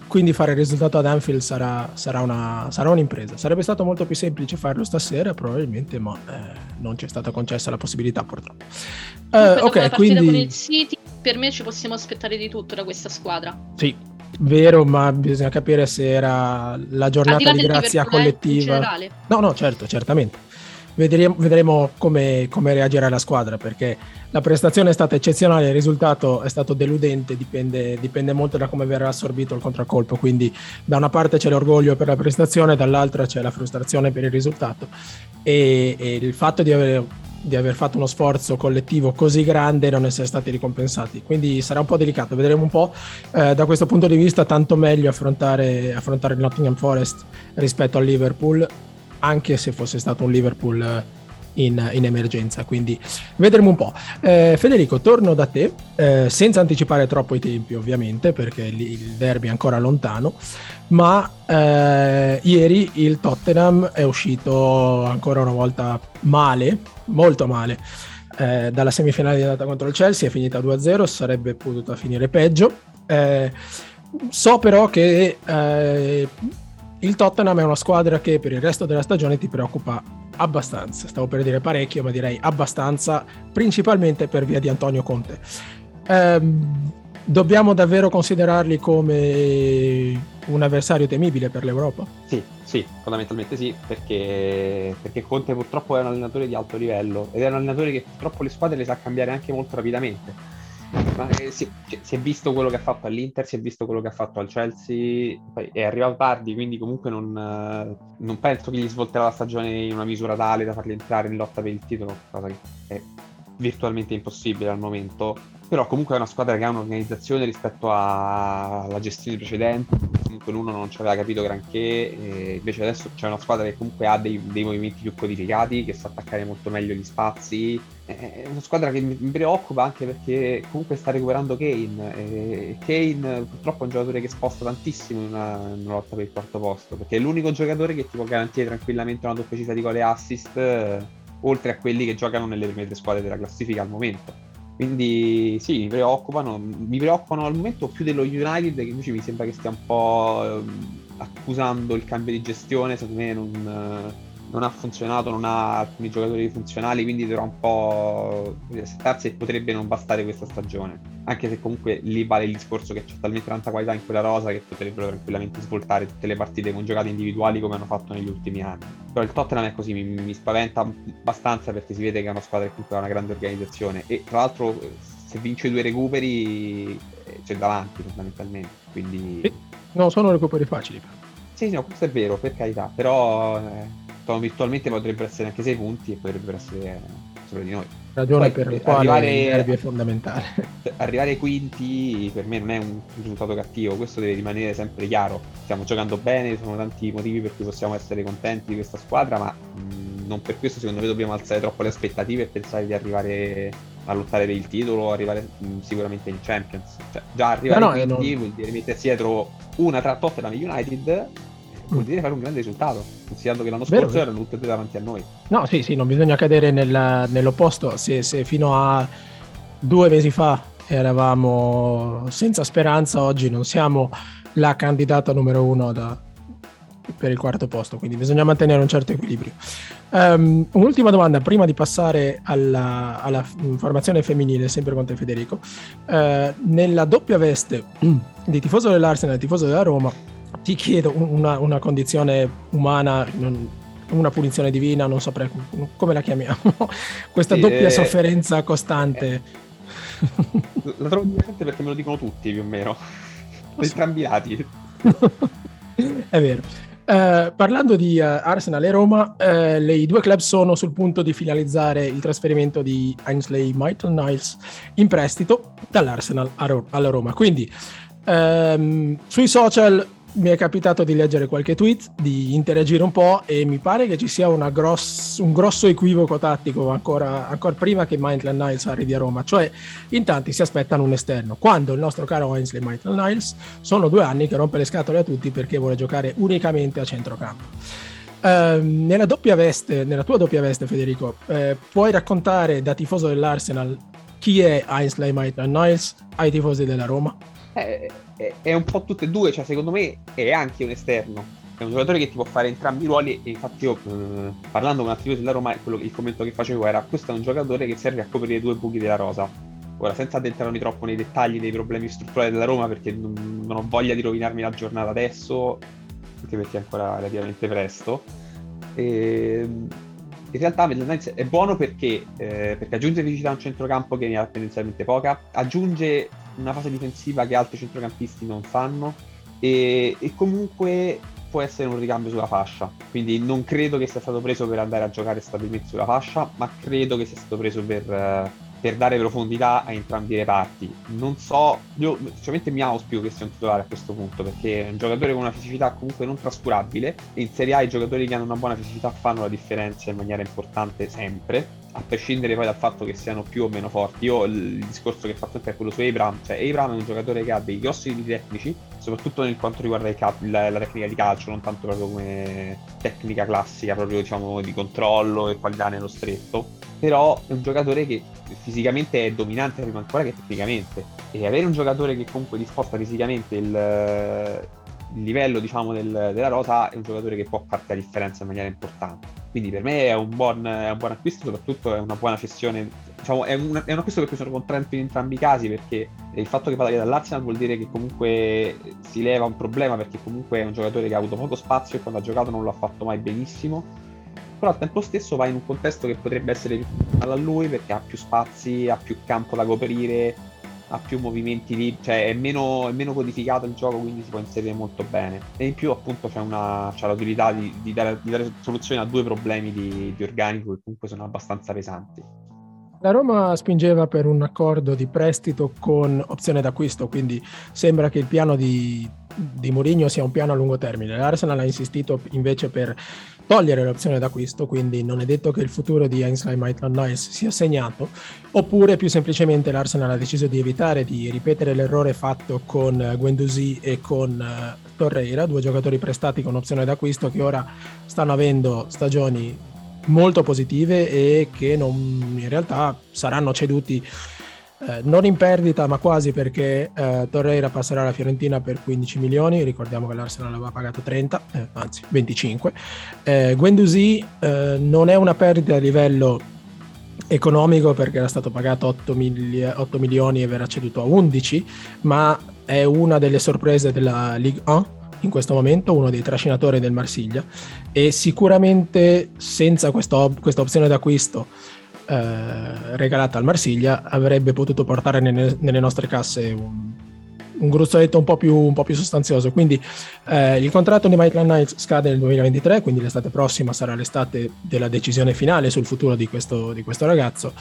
quindi fare il risultato ad Anfield sarà un'impresa. Sarebbe stato molto più semplice farlo stasera probabilmente, ma non ci è stata concessa la possibilità purtroppo. Dopo la partita quindi con il City, per me ci possiamo aspettare di tutto da questa squadra. sì, vero, ma bisogna capire se era la giornata di grazia collettiva. In generale. No, certo, certamente. Vedremo come reagirà la squadra, perché la prestazione è stata eccezionale, il risultato è stato deludente, dipende molto da come verrà assorbito il contraccolpo, quindi da una parte c'è l'orgoglio per la prestazione, dall'altra c'è la frustrazione per il risultato e il fatto di aver fatto uno sforzo collettivo così grande e non essere stati ricompensati, quindi sarà un po' delicato, vedremo un po'. Da questo punto di vista tanto meglio affrontare il Nottingham Forest rispetto al Liverpool, anche se fosse stato un Liverpool in emergenza, quindi vedremo un po'. Federico, torno da te, senza anticipare troppo i tempi ovviamente, perché il derby è ancora lontano, ma ieri il Tottenham è uscito ancora una volta male, molto male, dalla semifinale di andata contro il Chelsea, è finita 2-0, sarebbe potuta finire peggio. So però che il Tottenham è una squadra che per il resto della stagione ti preoccupa abbastanza, stavo per dire parecchio, ma direi abbastanza, principalmente per via di Antonio Conte. Dobbiamo davvero considerarli come un avversario temibile per l'Europa? Sì, fondamentalmente sì, perché Conte purtroppo è un allenatore di alto livello ed è un allenatore che purtroppo le squadre le sa cambiare anche molto rapidamente. Ma si è visto quello che ha fatto all'Inter, si è visto quello che ha fatto al Chelsea, poi è arrivato tardi, quindi comunque non penso che gli svolterà la stagione in una misura tale da farli entrare in lotta per il titolo, cosa che è virtualmente impossibile al momento. Però comunque è una squadra che ha un'organizzazione rispetto alla gestione precedente, comunque uno non ci aveva capito granché, e invece adesso c'è una squadra che comunque ha dei movimenti più codificati, che sa attaccare molto meglio gli spazi. È una squadra che mi preoccupa anche perché comunque sta recuperando Kane, e Kane purtroppo è un giocatore che sposta tantissimo in una lotta per il quarto posto, perché è l'unico giocatore che ti può garantire tranquillamente una doppia cifra di gol e assist, oltre a quelli che giocano nelle prime tre squadre della classifica al momento. Quindi sì, mi preoccupano al momento più dello United, che invece mi sembra che stia un po' accusando il cambio di gestione. Secondo me non ha funzionato, non ha alcuni giocatori funzionali, quindi dovrà un po' aspettarsi e potrebbe non bastare questa stagione, anche se comunque lì vale il discorso che c'è talmente tanta qualità in quella rosa che potrebbero tranquillamente svoltare tutte le partite con giocate individuali come hanno fatto negli ultimi anni. Però il Tottenham è così, mi spaventa abbastanza, perché si vede che è una squadra che comunque ha una grande organizzazione e tra l'altro se vince 2 recuperi c'è davanti fondamentalmente, quindi non sono recuperi facili. Sì, no, questo è vero, per carità, però virtualmente potrebbero essere anche 6 punti e potrebbero essere sopra di noi. Ragione Poi, per la quale il derby è fondamentale. Arrivare ai quinti per me non è un risultato cattivo, questo deve rimanere sempre chiaro. Stiamo giocando bene, ci sono tanti motivi per cui possiamo essere contenti di questa squadra, ma non per questo secondo me dobbiamo alzare troppo le aspettative e pensare di arrivare a lottare per il titolo, arrivare sicuramente in Champions. Cioè, già arrivare ai quinti vuol dire mettersi dietro una tra Tottenham e United, vuol dire fare un grande risultato, considerando che l'anno scorso erano tutte e due davanti a noi. No, sì, non bisogna cadere nell'opposto. Se fino a 2 mesi fa eravamo senza speranza, oggi non siamo la candidata numero 1 per il quarto posto, quindi bisogna mantenere un certo equilibrio. Un'ultima domanda prima di passare alla formazione femminile, sempre con te Federico. Nella doppia veste di tifoso dell'Arsenal e tifoso della Roma, ti chiedo una condizione umana, una punizione divina, non saprei come la chiamiamo, questa doppia sofferenza costante. La trovo divertente perché me lo dicono tutti più o meno, entrambi i lati. È vero. Parlando di Arsenal e Roma, i due club sono sul punto di finalizzare il trasferimento di Ainsley Maitland-Niles in prestito dall'Arsenal alla Roma. Quindi sui social mi è capitato di leggere qualche tweet, di interagire un po', e mi pare che ci sia un grosso equivoco tattico ancora prima che Maitland-Niles arrivi a Roma. Cioè, in tanti si aspettano un esterno, quando il nostro caro Ainsley Maitland-Niles sono 2 anni che rompe le scatole a tutti perché vuole giocare unicamente a centrocampo. Nella tua doppia veste, Federico, puoi raccontare da tifoso dell'Arsenal chi è Ainsley Maitland-Niles ai tifosi della Roma? è un po' tutte e due, cioè secondo me è anche un esterno. È un giocatore che ti può fare entrambi i ruoli e infatti io parlando con altri della Roma il commento che facevo era questo è un giocatore che serve a coprire 2 buchi della rosa. Ora senza addentrarmi troppo nei dettagli dei problemi strutturali della Roma perché non ho voglia di rovinarmi la giornata adesso anche perché è ancora relativamente presto in realtà Maitland Niles è buono perché aggiunge fisicità a un centrocampo che ne ha tendenzialmente poca, aggiunge una fase difensiva che altri centrocampisti non fanno e comunque può essere un ricambio sulla fascia, quindi non credo che sia stato preso per andare a giocare stabilmente sulla fascia, ma credo che sia stato preso per dare profondità a entrambi i reparti. Non so, io sinceramente mi auspico che sia un titolare a questo punto, perché è un giocatore con una fisicità comunque non trascurabile, e in Serie A i giocatori che hanno una buona fisicità fanno la differenza in maniera importante sempre, a prescindere poi dal fatto che siano più o meno forti. Io il discorso che ho fatto sempre è quello su Abraham, cioè Abraham è un giocatore che ha dei grossi limiti tecnici, soprattutto nel quanto riguarda la tecnica di calcio, non tanto proprio come tecnica classica, proprio diciamo di controllo e qualità nello stretto, però è un giocatore che fisicamente è dominante prima ancora che tecnicamente, e avere un giocatore che comunque disposta fisicamente il livello diciamo della rosa è un giocatore che può farti la differenza in maniera importante. Quindi per me è un buon acquisto, soprattutto è una buona cessione. Diciamo, è un acquisto per cui sono contento in entrambi i casi, perché il fatto che vada via dall'Arsenal vuol dire che comunque si leva un problema, perché comunque è un giocatore che ha avuto poco spazio e quando ha giocato non lo ha fatto mai benissimo. Però al tempo stesso va in un contesto che potrebbe essere più funzionale a lui, perché ha più spazi, ha più campo da coprire, ha più movimenti lì, cioè è meno codificato il gioco, quindi si può inserire molto bene. E in più appunto c'è l'utilità di dare soluzione a 2 problemi di organico che comunque sono abbastanza pesanti. La Roma spingeva per un accordo di prestito con opzione d'acquisto, quindi sembra che il piano di Mourinho sia un piano a lungo termine. L'Arsenal ha insistito invece per togliere l'opzione d'acquisto, quindi non è detto che il futuro di Ainsley Maitland-Niles sia segnato, oppure più semplicemente l'Arsenal ha deciso di evitare di ripetere l'errore fatto con Guendouzi e con Torreira, 2 giocatori prestati con opzione d'acquisto che ora stanno avendo stagioni molto positive e che in realtà saranno ceduti non in perdita ma quasi, perché Torreira passerà alla Fiorentina per 15 milioni, ricordiamo che l'Arsenal aveva pagato 30, anzi 25. Guendouzi non è una perdita a livello economico perché era stato pagato 8 milioni e verrà ceduto a 11, ma è una delle sorprese della Ligue 1 in questo momento, uno dei trascinatori del Marsiglia, e sicuramente senza questa opzione d'acquisto regalata al Marsiglia avrebbe potuto portare nelle nostre casse un gruzzoletto un po' più sostanzioso. Quindi il contratto di Maitland-Niles scade nel 2023, quindi l'estate prossima sarà l'estate della decisione finale sul futuro di questo ragazzo.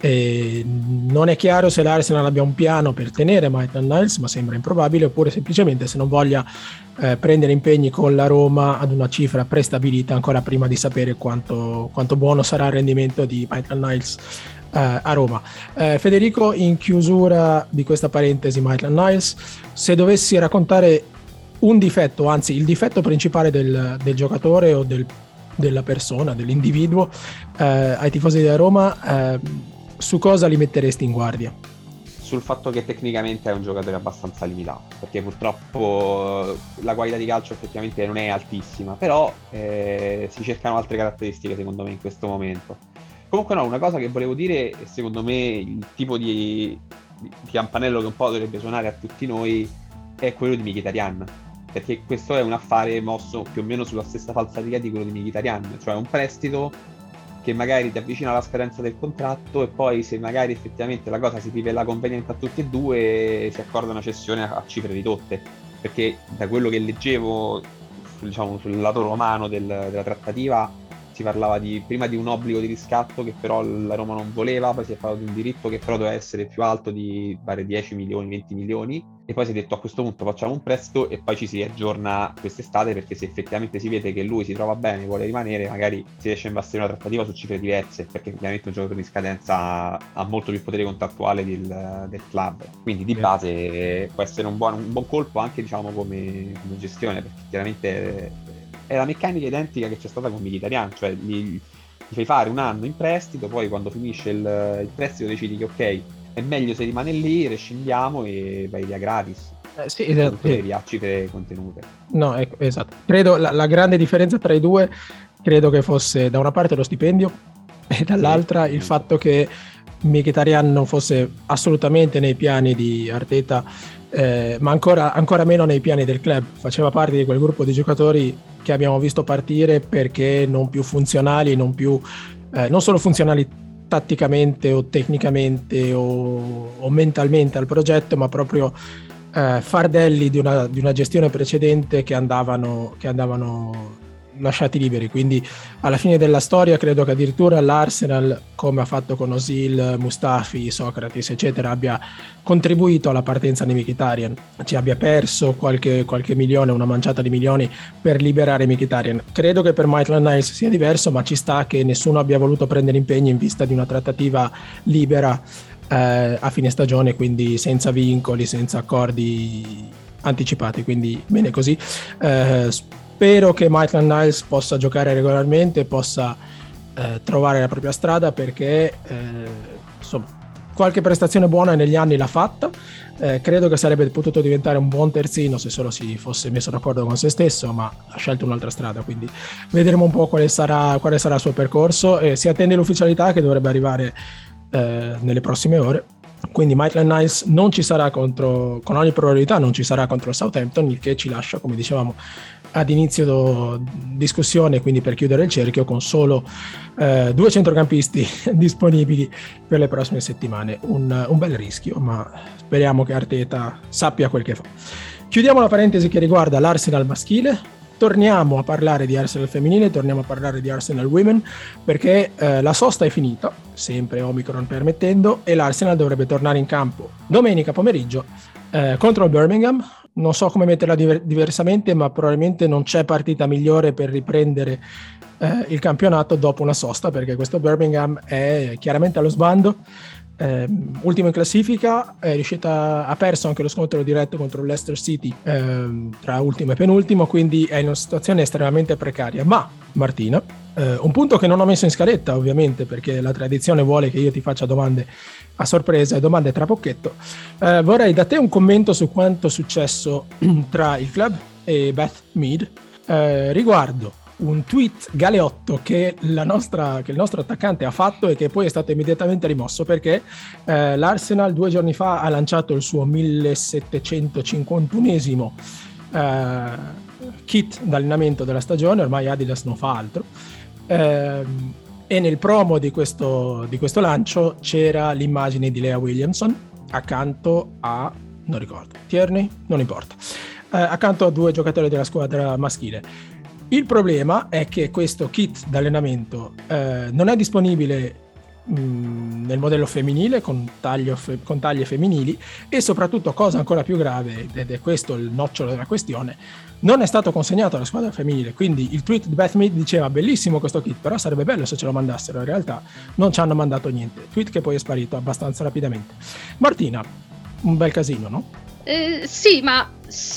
E non è chiaro se l'Arsenal abbia un piano per tenere Maitland-Niles, ma sembra improbabile, oppure semplicemente se non voglia prendere impegni con la Roma ad una cifra prestabilita ancora prima di sapere quanto buono sarà il rendimento di Maitland-Niles a Roma. Federico, in chiusura di questa parentesi Maitland-Niles, se dovessi raccontare un difetto, anzi il difetto principale del giocatore o della persona, dell'individuo ai tifosi della Roma, su cosa li metteresti in guardia? Sul fatto che tecnicamente è un giocatore abbastanza limitato, perché purtroppo la qualità di calcio effettivamente non è altissima, però si cercano altre caratteristiche secondo me in questo momento. Comunque no, una cosa che volevo dire, secondo me il tipo di campanello che un po' dovrebbe suonare a tutti noi è quello di Mkhitaryan, perché questo è un affare mosso più o meno sulla stessa falsariga di quello di Mkhitaryan, cioè un prestito che magari ti avvicina alla scadenza del contratto e poi se magari effettivamente la cosa si rivela conveniente a tutti e due si accorda una cessione a cifre ridotte, perché da quello che leggevo sul lato romano della trattativa si parlava prima di un obbligo di riscatto che però la Roma non voleva, poi si è parlato di un diritto che però doveva essere più alto di 10 milioni, 20 milioni, e poi si è detto a questo punto facciamo un prestito e poi ci si aggiorna quest'estate, perché se effettivamente si vede che lui si trova bene, vuole rimanere, magari si riesce a imbastire una trattativa su cifre diverse, perché ovviamente un giocatore di scadenza ha molto più potere contrattuale del club, quindi di base può essere un buon colpo anche diciamo come gestione, perché chiaramente è la meccanica identica che c'è stata con Mkhitaryan, cioè gli fai fare un anno in prestito, poi quando finisce il prestito decidi che ok, è meglio se rimane lì, rescindiamo e vai via gratis. Sì, esatto. Tutte riaccite contenute. No, ecco, esatto. Credo la grande differenza tra i due, credo che fosse da una parte lo stipendio e dall'altra il fatto che Mkhitaryan non fosse assolutamente nei piani di Arteta, ma ancora meno nei piani del club. Faceva parte di quel gruppo di giocatori che abbiamo visto partire perché non più funzionali, non solo funzionali tatticamente o tecnicamente o mentalmente al progetto, ma proprio fardelli di una gestione precedente che andavano lasciati liberi. Quindi alla fine della storia credo che addirittura l'Arsenal, come ha fatto con Özil, Mustafi, Socrates eccetera, abbia contribuito alla partenza di Mkhitaryan, ci abbia perso qualche milione, una manciata di milioni per liberare Mkhitaryan. Credo che per Maitland-Niles sia diverso, ma ci sta che nessuno abbia voluto prendere impegni in vista di una trattativa libera a fine stagione, quindi senza vincoli, senza accordi anticipati, quindi bene così. Spero che Maitland-Niles possa giocare regolarmente, possa trovare la propria strada, perché insomma, qualche prestazione buona negli anni l'ha fatta. Credo che sarebbe potuto diventare un buon terzino se solo si fosse messo d'accordo con se stesso, ma ha scelto un'altra strada, quindi vedremo un po' quale sarà il suo percorso. Si attende l'ufficialità che dovrebbe arrivare nelle prossime ore, quindi Maitland-Niles non ci sarà con ogni probabilità non ci sarà contro il Southampton, il che ci lascia, come dicevamo ad inizio discussione, quindi per chiudere il cerchio, con solo 2 centrocampisti disponibili per le prossime settimane. Un bel rischio, ma speriamo che Arteta sappia quel che fa. Chiudiamo la parentesi che riguarda l'Arsenal maschile. Torniamo a parlare di Arsenal femminile, torniamo a parlare di Arsenal Women, perché la sosta è finita, sempre Omicron permettendo, e l'Arsenal dovrebbe tornare in campo domenica pomeriggio contro il Birmingham. Non so come metterla diversamente, ma probabilmente non c'è partita migliore per riprendere il campionato dopo una sosta, perché questo Birmingham è chiaramente allo sbando. Ultimo in classifica, ha perso anche lo scontro diretto contro il Leicester City tra ultimo e penultimo, quindi è in una situazione estremamente precaria. Ma Martina, un punto che non ho messo in scaletta ovviamente, perché la tradizione vuole che io ti faccia domande a sorpresa e domande tra pocchetto, vorrei da te un commento su quanto è successo tra il club e Beth Mead riguardo un tweet galeotto che il nostro attaccante ha fatto e che poi è stato immediatamente rimosso, perché l'Arsenal 2 giorni fa ha lanciato il suo 1751esimo kit d'allenamento della stagione. Ormai Adidas non fa altro, e nel promo di questo lancio c'era l'immagine di Lea Williamson accanto a, non ricordo, Tierney, non importa, accanto a 2 giocatori della squadra maschile. Il problema è che questo kit d'allenamento non è disponibile nel modello femminile con taglie femminili, e soprattutto, cosa ancora più grave, ed è questo il nocciolo della questione, non è stato consegnato alla squadra femminile. Quindi il tweet di Beth Mead diceva: bellissimo questo kit, però sarebbe bello se ce lo mandassero. In realtà non ci hanno mandato niente, tweet che poi è sparito abbastanza rapidamente. Martina, un bel casino, no? Sì, ma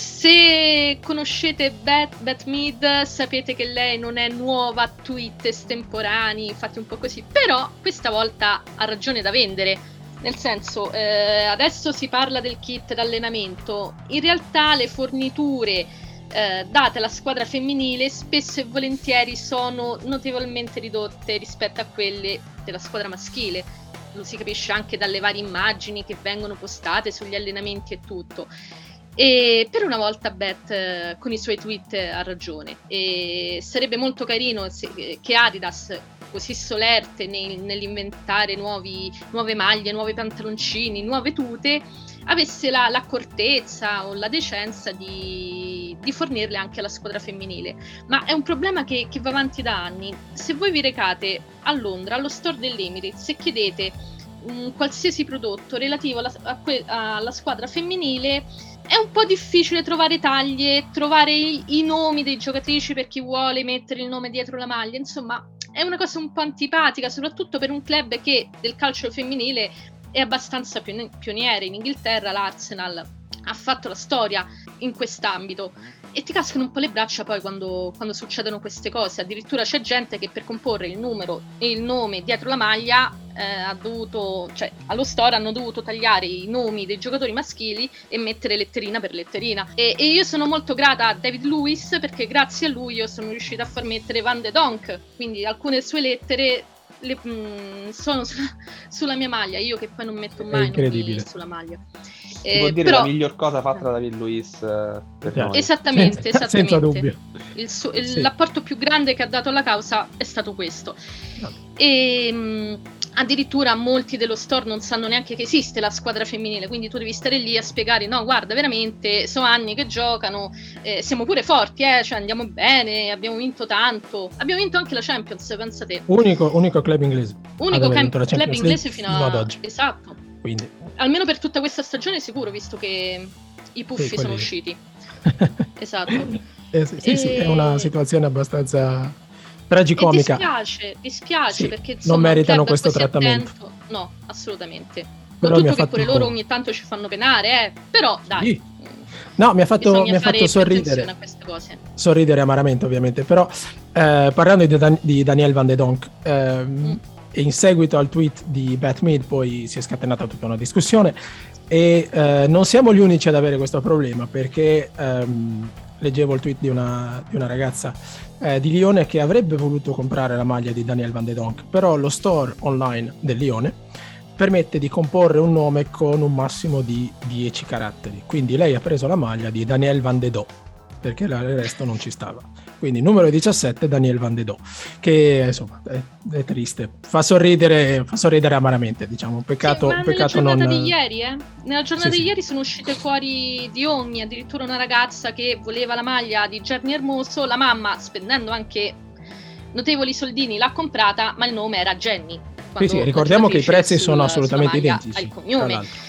se conoscete Beth Mead sapete che lei non è nuova a tweet estemporanei, fatti un po' così, però questa volta ha ragione da vendere, nel senso, adesso si parla del kit d'allenamento, in realtà le forniture date alla squadra femminile spesso e volentieri sono notevolmente ridotte rispetto a quelle della squadra maschile. Lo si capisce anche dalle varie immagini che vengono postate sugli allenamenti e tutto. E per una volta Beth con i suoi tweet ha ragione, e sarebbe molto carino che Adidas, così solerte nell'inventare nuove maglie, nuovi pantaloncini, nuove tute, avesse l'accortezza o la decenza di fornirle anche alla squadra femminile. Ma è un problema che va avanti da anni. Se voi vi recate a Londra, allo store dell'Emirates, e chiedete qualsiasi prodotto relativo alla squadra femminile, è un po' difficile trovare taglie, trovare i nomi dei giocatrici per chi vuole mettere il nome dietro la maglia. Insomma, è una cosa un po' antipatica, soprattutto per un club che del calcio femminile è abbastanza pioniere. In Inghilterra l'Arsenal ha fatto la storia in quest'ambito, e ti cascano un po' le braccia poi quando succedono queste cose. Addirittura c'è gente che per comporre il numero e il nome dietro la maglia allo store hanno dovuto tagliare i nomi dei giocatori maschili e mettere letterina per letterina. E io sono molto grata a David Lewis, perché grazie a lui io sono riuscita a far mettere Van de Donk, quindi alcune sue lettere sono sulla mia maglia, io che poi non metto mai nomi sulla maglia. Si può dire la miglior cosa fatta da David Luiz per noi. Esattamente. Senza dubbio. L'apporto più grande che ha dato alla causa è stato questo. E addirittura molti dello store non sanno neanche che esiste la squadra femminile, quindi tu devi stare lì a spiegare: no, guarda, veramente sono anni che giocano, siamo pure forti, cioè andiamo bene, abbiamo vinto tanto, abbiamo vinto anche la Champions, pensa te. Unico club inglese. Unico club inglese fino ad oggi. Esatto. Quindi almeno per tutta questa stagione sicuro, visto che i puffi sono usciti. Esatto. Sì, è una situazione abbastanza tragicomica. Dispiace perché insomma, non meritano questo trattamento. No, assolutamente. Però Con tutto che pure loro ogni tanto ci fanno penare, però dai. Sì. No, mi ha fatto sorridere. A queste cose. Sorridere amaramente, ovviamente. Però parlando di Daniel Van de Donk, in seguito al tweet di Beth Mead poi si è scatenata tutta una discussione e non siamo gli unici ad avere questo problema, perché leggevo il tweet di una ragazza di Lione che avrebbe voluto comprare la maglia di Daniel Van de Donk, però lo store online del Lione permette di comporre un nome con un massimo di 10 caratteri, quindi lei ha preso la maglia di Daniel Van de Do perché il resto non ci stava, quindi numero 17 Daniel Van de Do, che insomma è triste, fa sorridere amaramente, diciamo. Peccato nella non giornata di ieri nella giornata di ieri sono uscite fuori di ogni, addirittura una ragazza che voleva la maglia di Gianni Hermoso, la mamma, spendendo anche notevoli soldini, l'ha comprata, ma il nome era Jenny. Sì, ricordiamo che i prezzi sono assolutamente identici al cognome.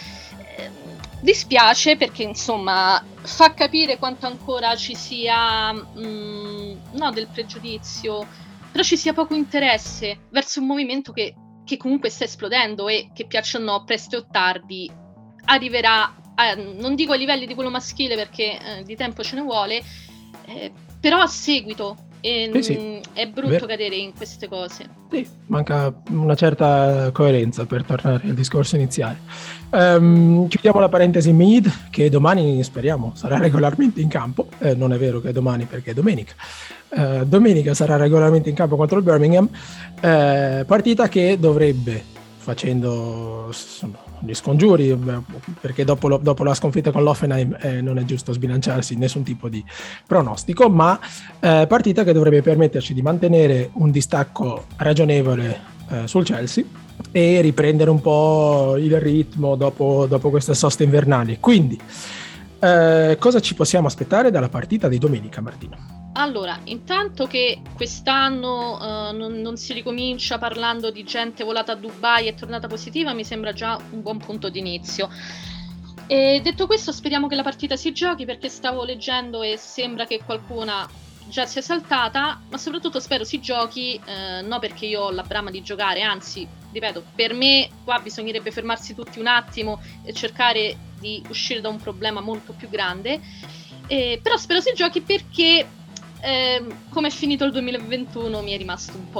Dispiace perché insomma fa capire quanto ancora ci sia no del pregiudizio, però ci sia poco interesse verso un movimento che comunque sta esplodendo e che, piaccia o no, presto o tardi arriverà non dico ai livelli di quello maschile perché di tempo ce ne vuole, però a seguito. Sì. È brutto cadere in queste cose. Sì, manca una certa coerenza, per tornare al discorso iniziale. Chiudiamo la parentesi Mead, che domani speriamo sarà regolarmente in campo. Non è vero che è domani, perché è domenica. Domenica sarà regolarmente in campo contro il Birmingham, partita che dovrebbe, facendo gli scongiuri, perché dopo la sconfitta con l'Hoffenheim non è giusto sbilanciarsi nessun tipo di pronostico, ma partita che dovrebbe permetterci di mantenere un distacco ragionevole sul Chelsea e riprendere un po' il ritmo dopo queste soste invernali. Quindi cosa ci possiamo aspettare dalla partita di domenica, Martino? Allora, intanto che quest'anno non si ricomincia parlando di gente volata a Dubai e tornata positiva, mi sembra già un buon punto d'inizio. E detto questo, speriamo che la partita si giochi, perché stavo leggendo e sembra che qualcuna già sia saltata, ma soprattutto spero si giochi, no perché io ho la brama di giocare, anzi, ripeto, per me qua bisognerebbe fermarsi tutti un attimo e cercare di uscire da un problema molto più grande, però spero si giochi perché come è finito il 2021 mi è rimasto un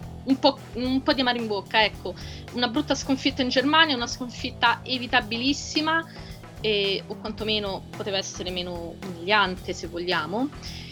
po' di amaro in bocca, ecco. Una brutta sconfitta in Germania, una sconfitta evitabilissima, o quantomeno poteva essere meno umiliante, se vogliamo,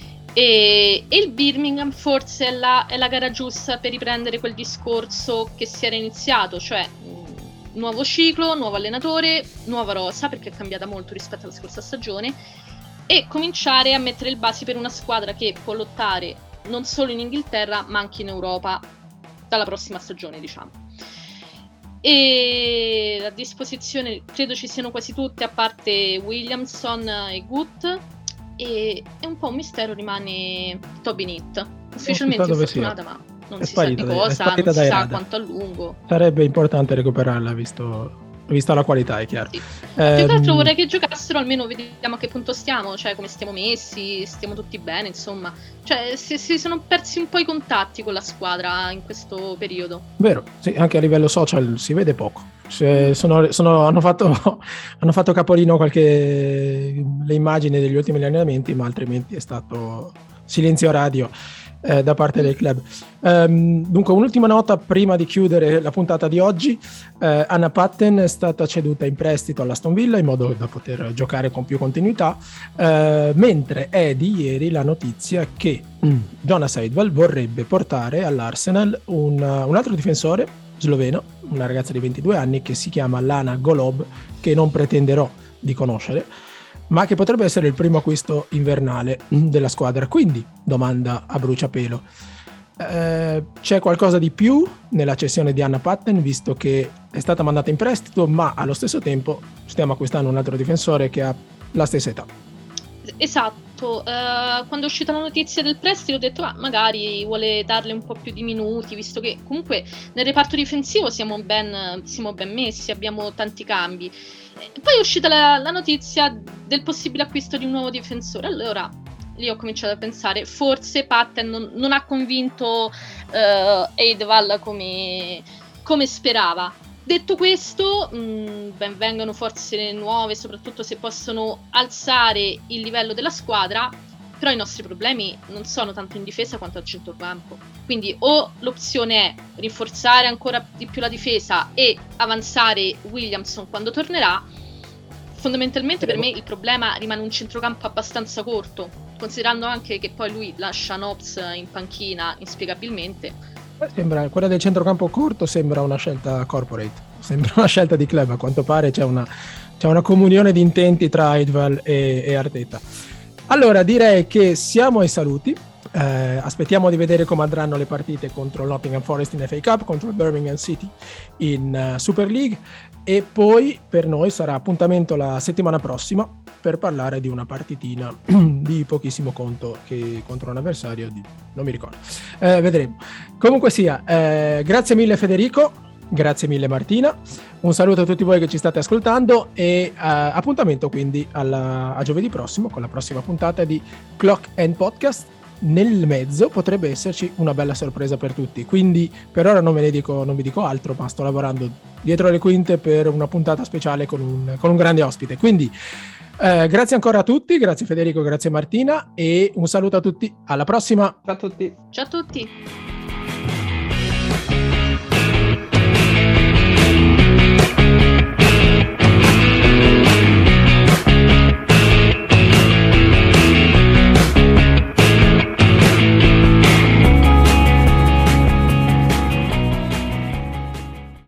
e il Birmingham forse è la gara giusta per riprendere quel discorso che si era iniziato, cioè nuovo ciclo, nuovo allenatore, nuova rosa, perché è cambiata molto rispetto alla scorsa stagione, e cominciare a mettere le basi per una squadra che può lottare non solo in Inghilterra ma anche in Europa dalla prossima stagione, diciamo. E a disposizione credo ci siano quasi tutte, a parte Williamson e Gut, e un po' un mistero rimane Toby Nitt, ufficialmente infortunata, ma non si sa di cosa, non si sa quanto a lungo. Sarebbe importante recuperarla, vista la qualità, è chiaro. Sì. Più che altro vorrei che giocassero, almeno vediamo a che punto stiamo, cioè come stiamo messi, stiamo tutti bene, insomma. Cioè si sono persi un po' i contatti con la squadra in questo periodo. Vero, sì, anche a livello social si vede poco. Hanno fatto capolino le immagini degli ultimi allenamenti, ma altrimenti è stato silenzio radio. da parte del club. Dunque, un'ultima nota prima di chiudere la puntata di oggi. Anna Patten è stata ceduta in prestito all'Aston Villa in modo da poter giocare con più continuità, mentre è di ieri la notizia che Jonas Eidevall vorrebbe portare all'Arsenal un altro difensore sloveno, una ragazza di 22 anni che si chiama Lana Golob, che non pretenderò di conoscere, ma che potrebbe essere il primo acquisto invernale della squadra. Quindi, domanda a bruciapelo, c'è qualcosa di più nella cessione di Anna Patten, visto che è stata mandata in prestito, ma allo stesso tempo stiamo acquistando un altro difensore che ha la stessa età? Esatto, quando è uscita la notizia del prestito ho detto magari vuole darle un po' più di minuti, visto che comunque nel reparto difensivo siamo ben messi, abbiamo tanti cambi. Poi è uscita la notizia del possibile acquisto di un nuovo difensore, allora lì ho cominciato a pensare forse Patten non ha convinto Eidevall come sperava. Detto questo, ben vengano forze nuove, soprattutto se possono alzare il livello della squadra, però i nostri problemi non sono tanto in difesa quanto al centrocampo. Quindi o l'opzione è rinforzare ancora di più la difesa e avanzare Williamson quando tornerà. Fondamentalmente per me il problema rimane un centrocampo abbastanza corto, considerando anche che poi lui lascia Nobs in panchina inspiegabilmente. Quella del centrocampo corto sembra una scelta corporate, sembra una scelta di club. A quanto pare c'è una comunione di intenti tra Eidevall e Arteta. Allora direi che siamo ai saluti. Aspettiamo di vedere come andranno le partite contro Nottingham Forest in FA Cup, contro il Birmingham City in Super League, e poi per noi sarà appuntamento la settimana prossima per parlare di una partitina di pochissimo conto che contro un avversario non mi ricordo, vedremo. Comunque sia, grazie mille Federico, grazie mille Martina, un saluto a tutti voi che ci state ascoltando e appuntamento quindi a giovedì prossimo con la prossima puntata di Clock and Podcast. Nel mezzo potrebbe esserci una bella sorpresa per tutti, quindi per ora non vi dico altro, ma sto lavorando dietro le quinte per una puntata speciale con un grande ospite. Quindi grazie ancora a tutti, grazie Federico, grazie Martina e un saluto a tutti, alla prossima. Ciao a tutti. Ciao a tutti.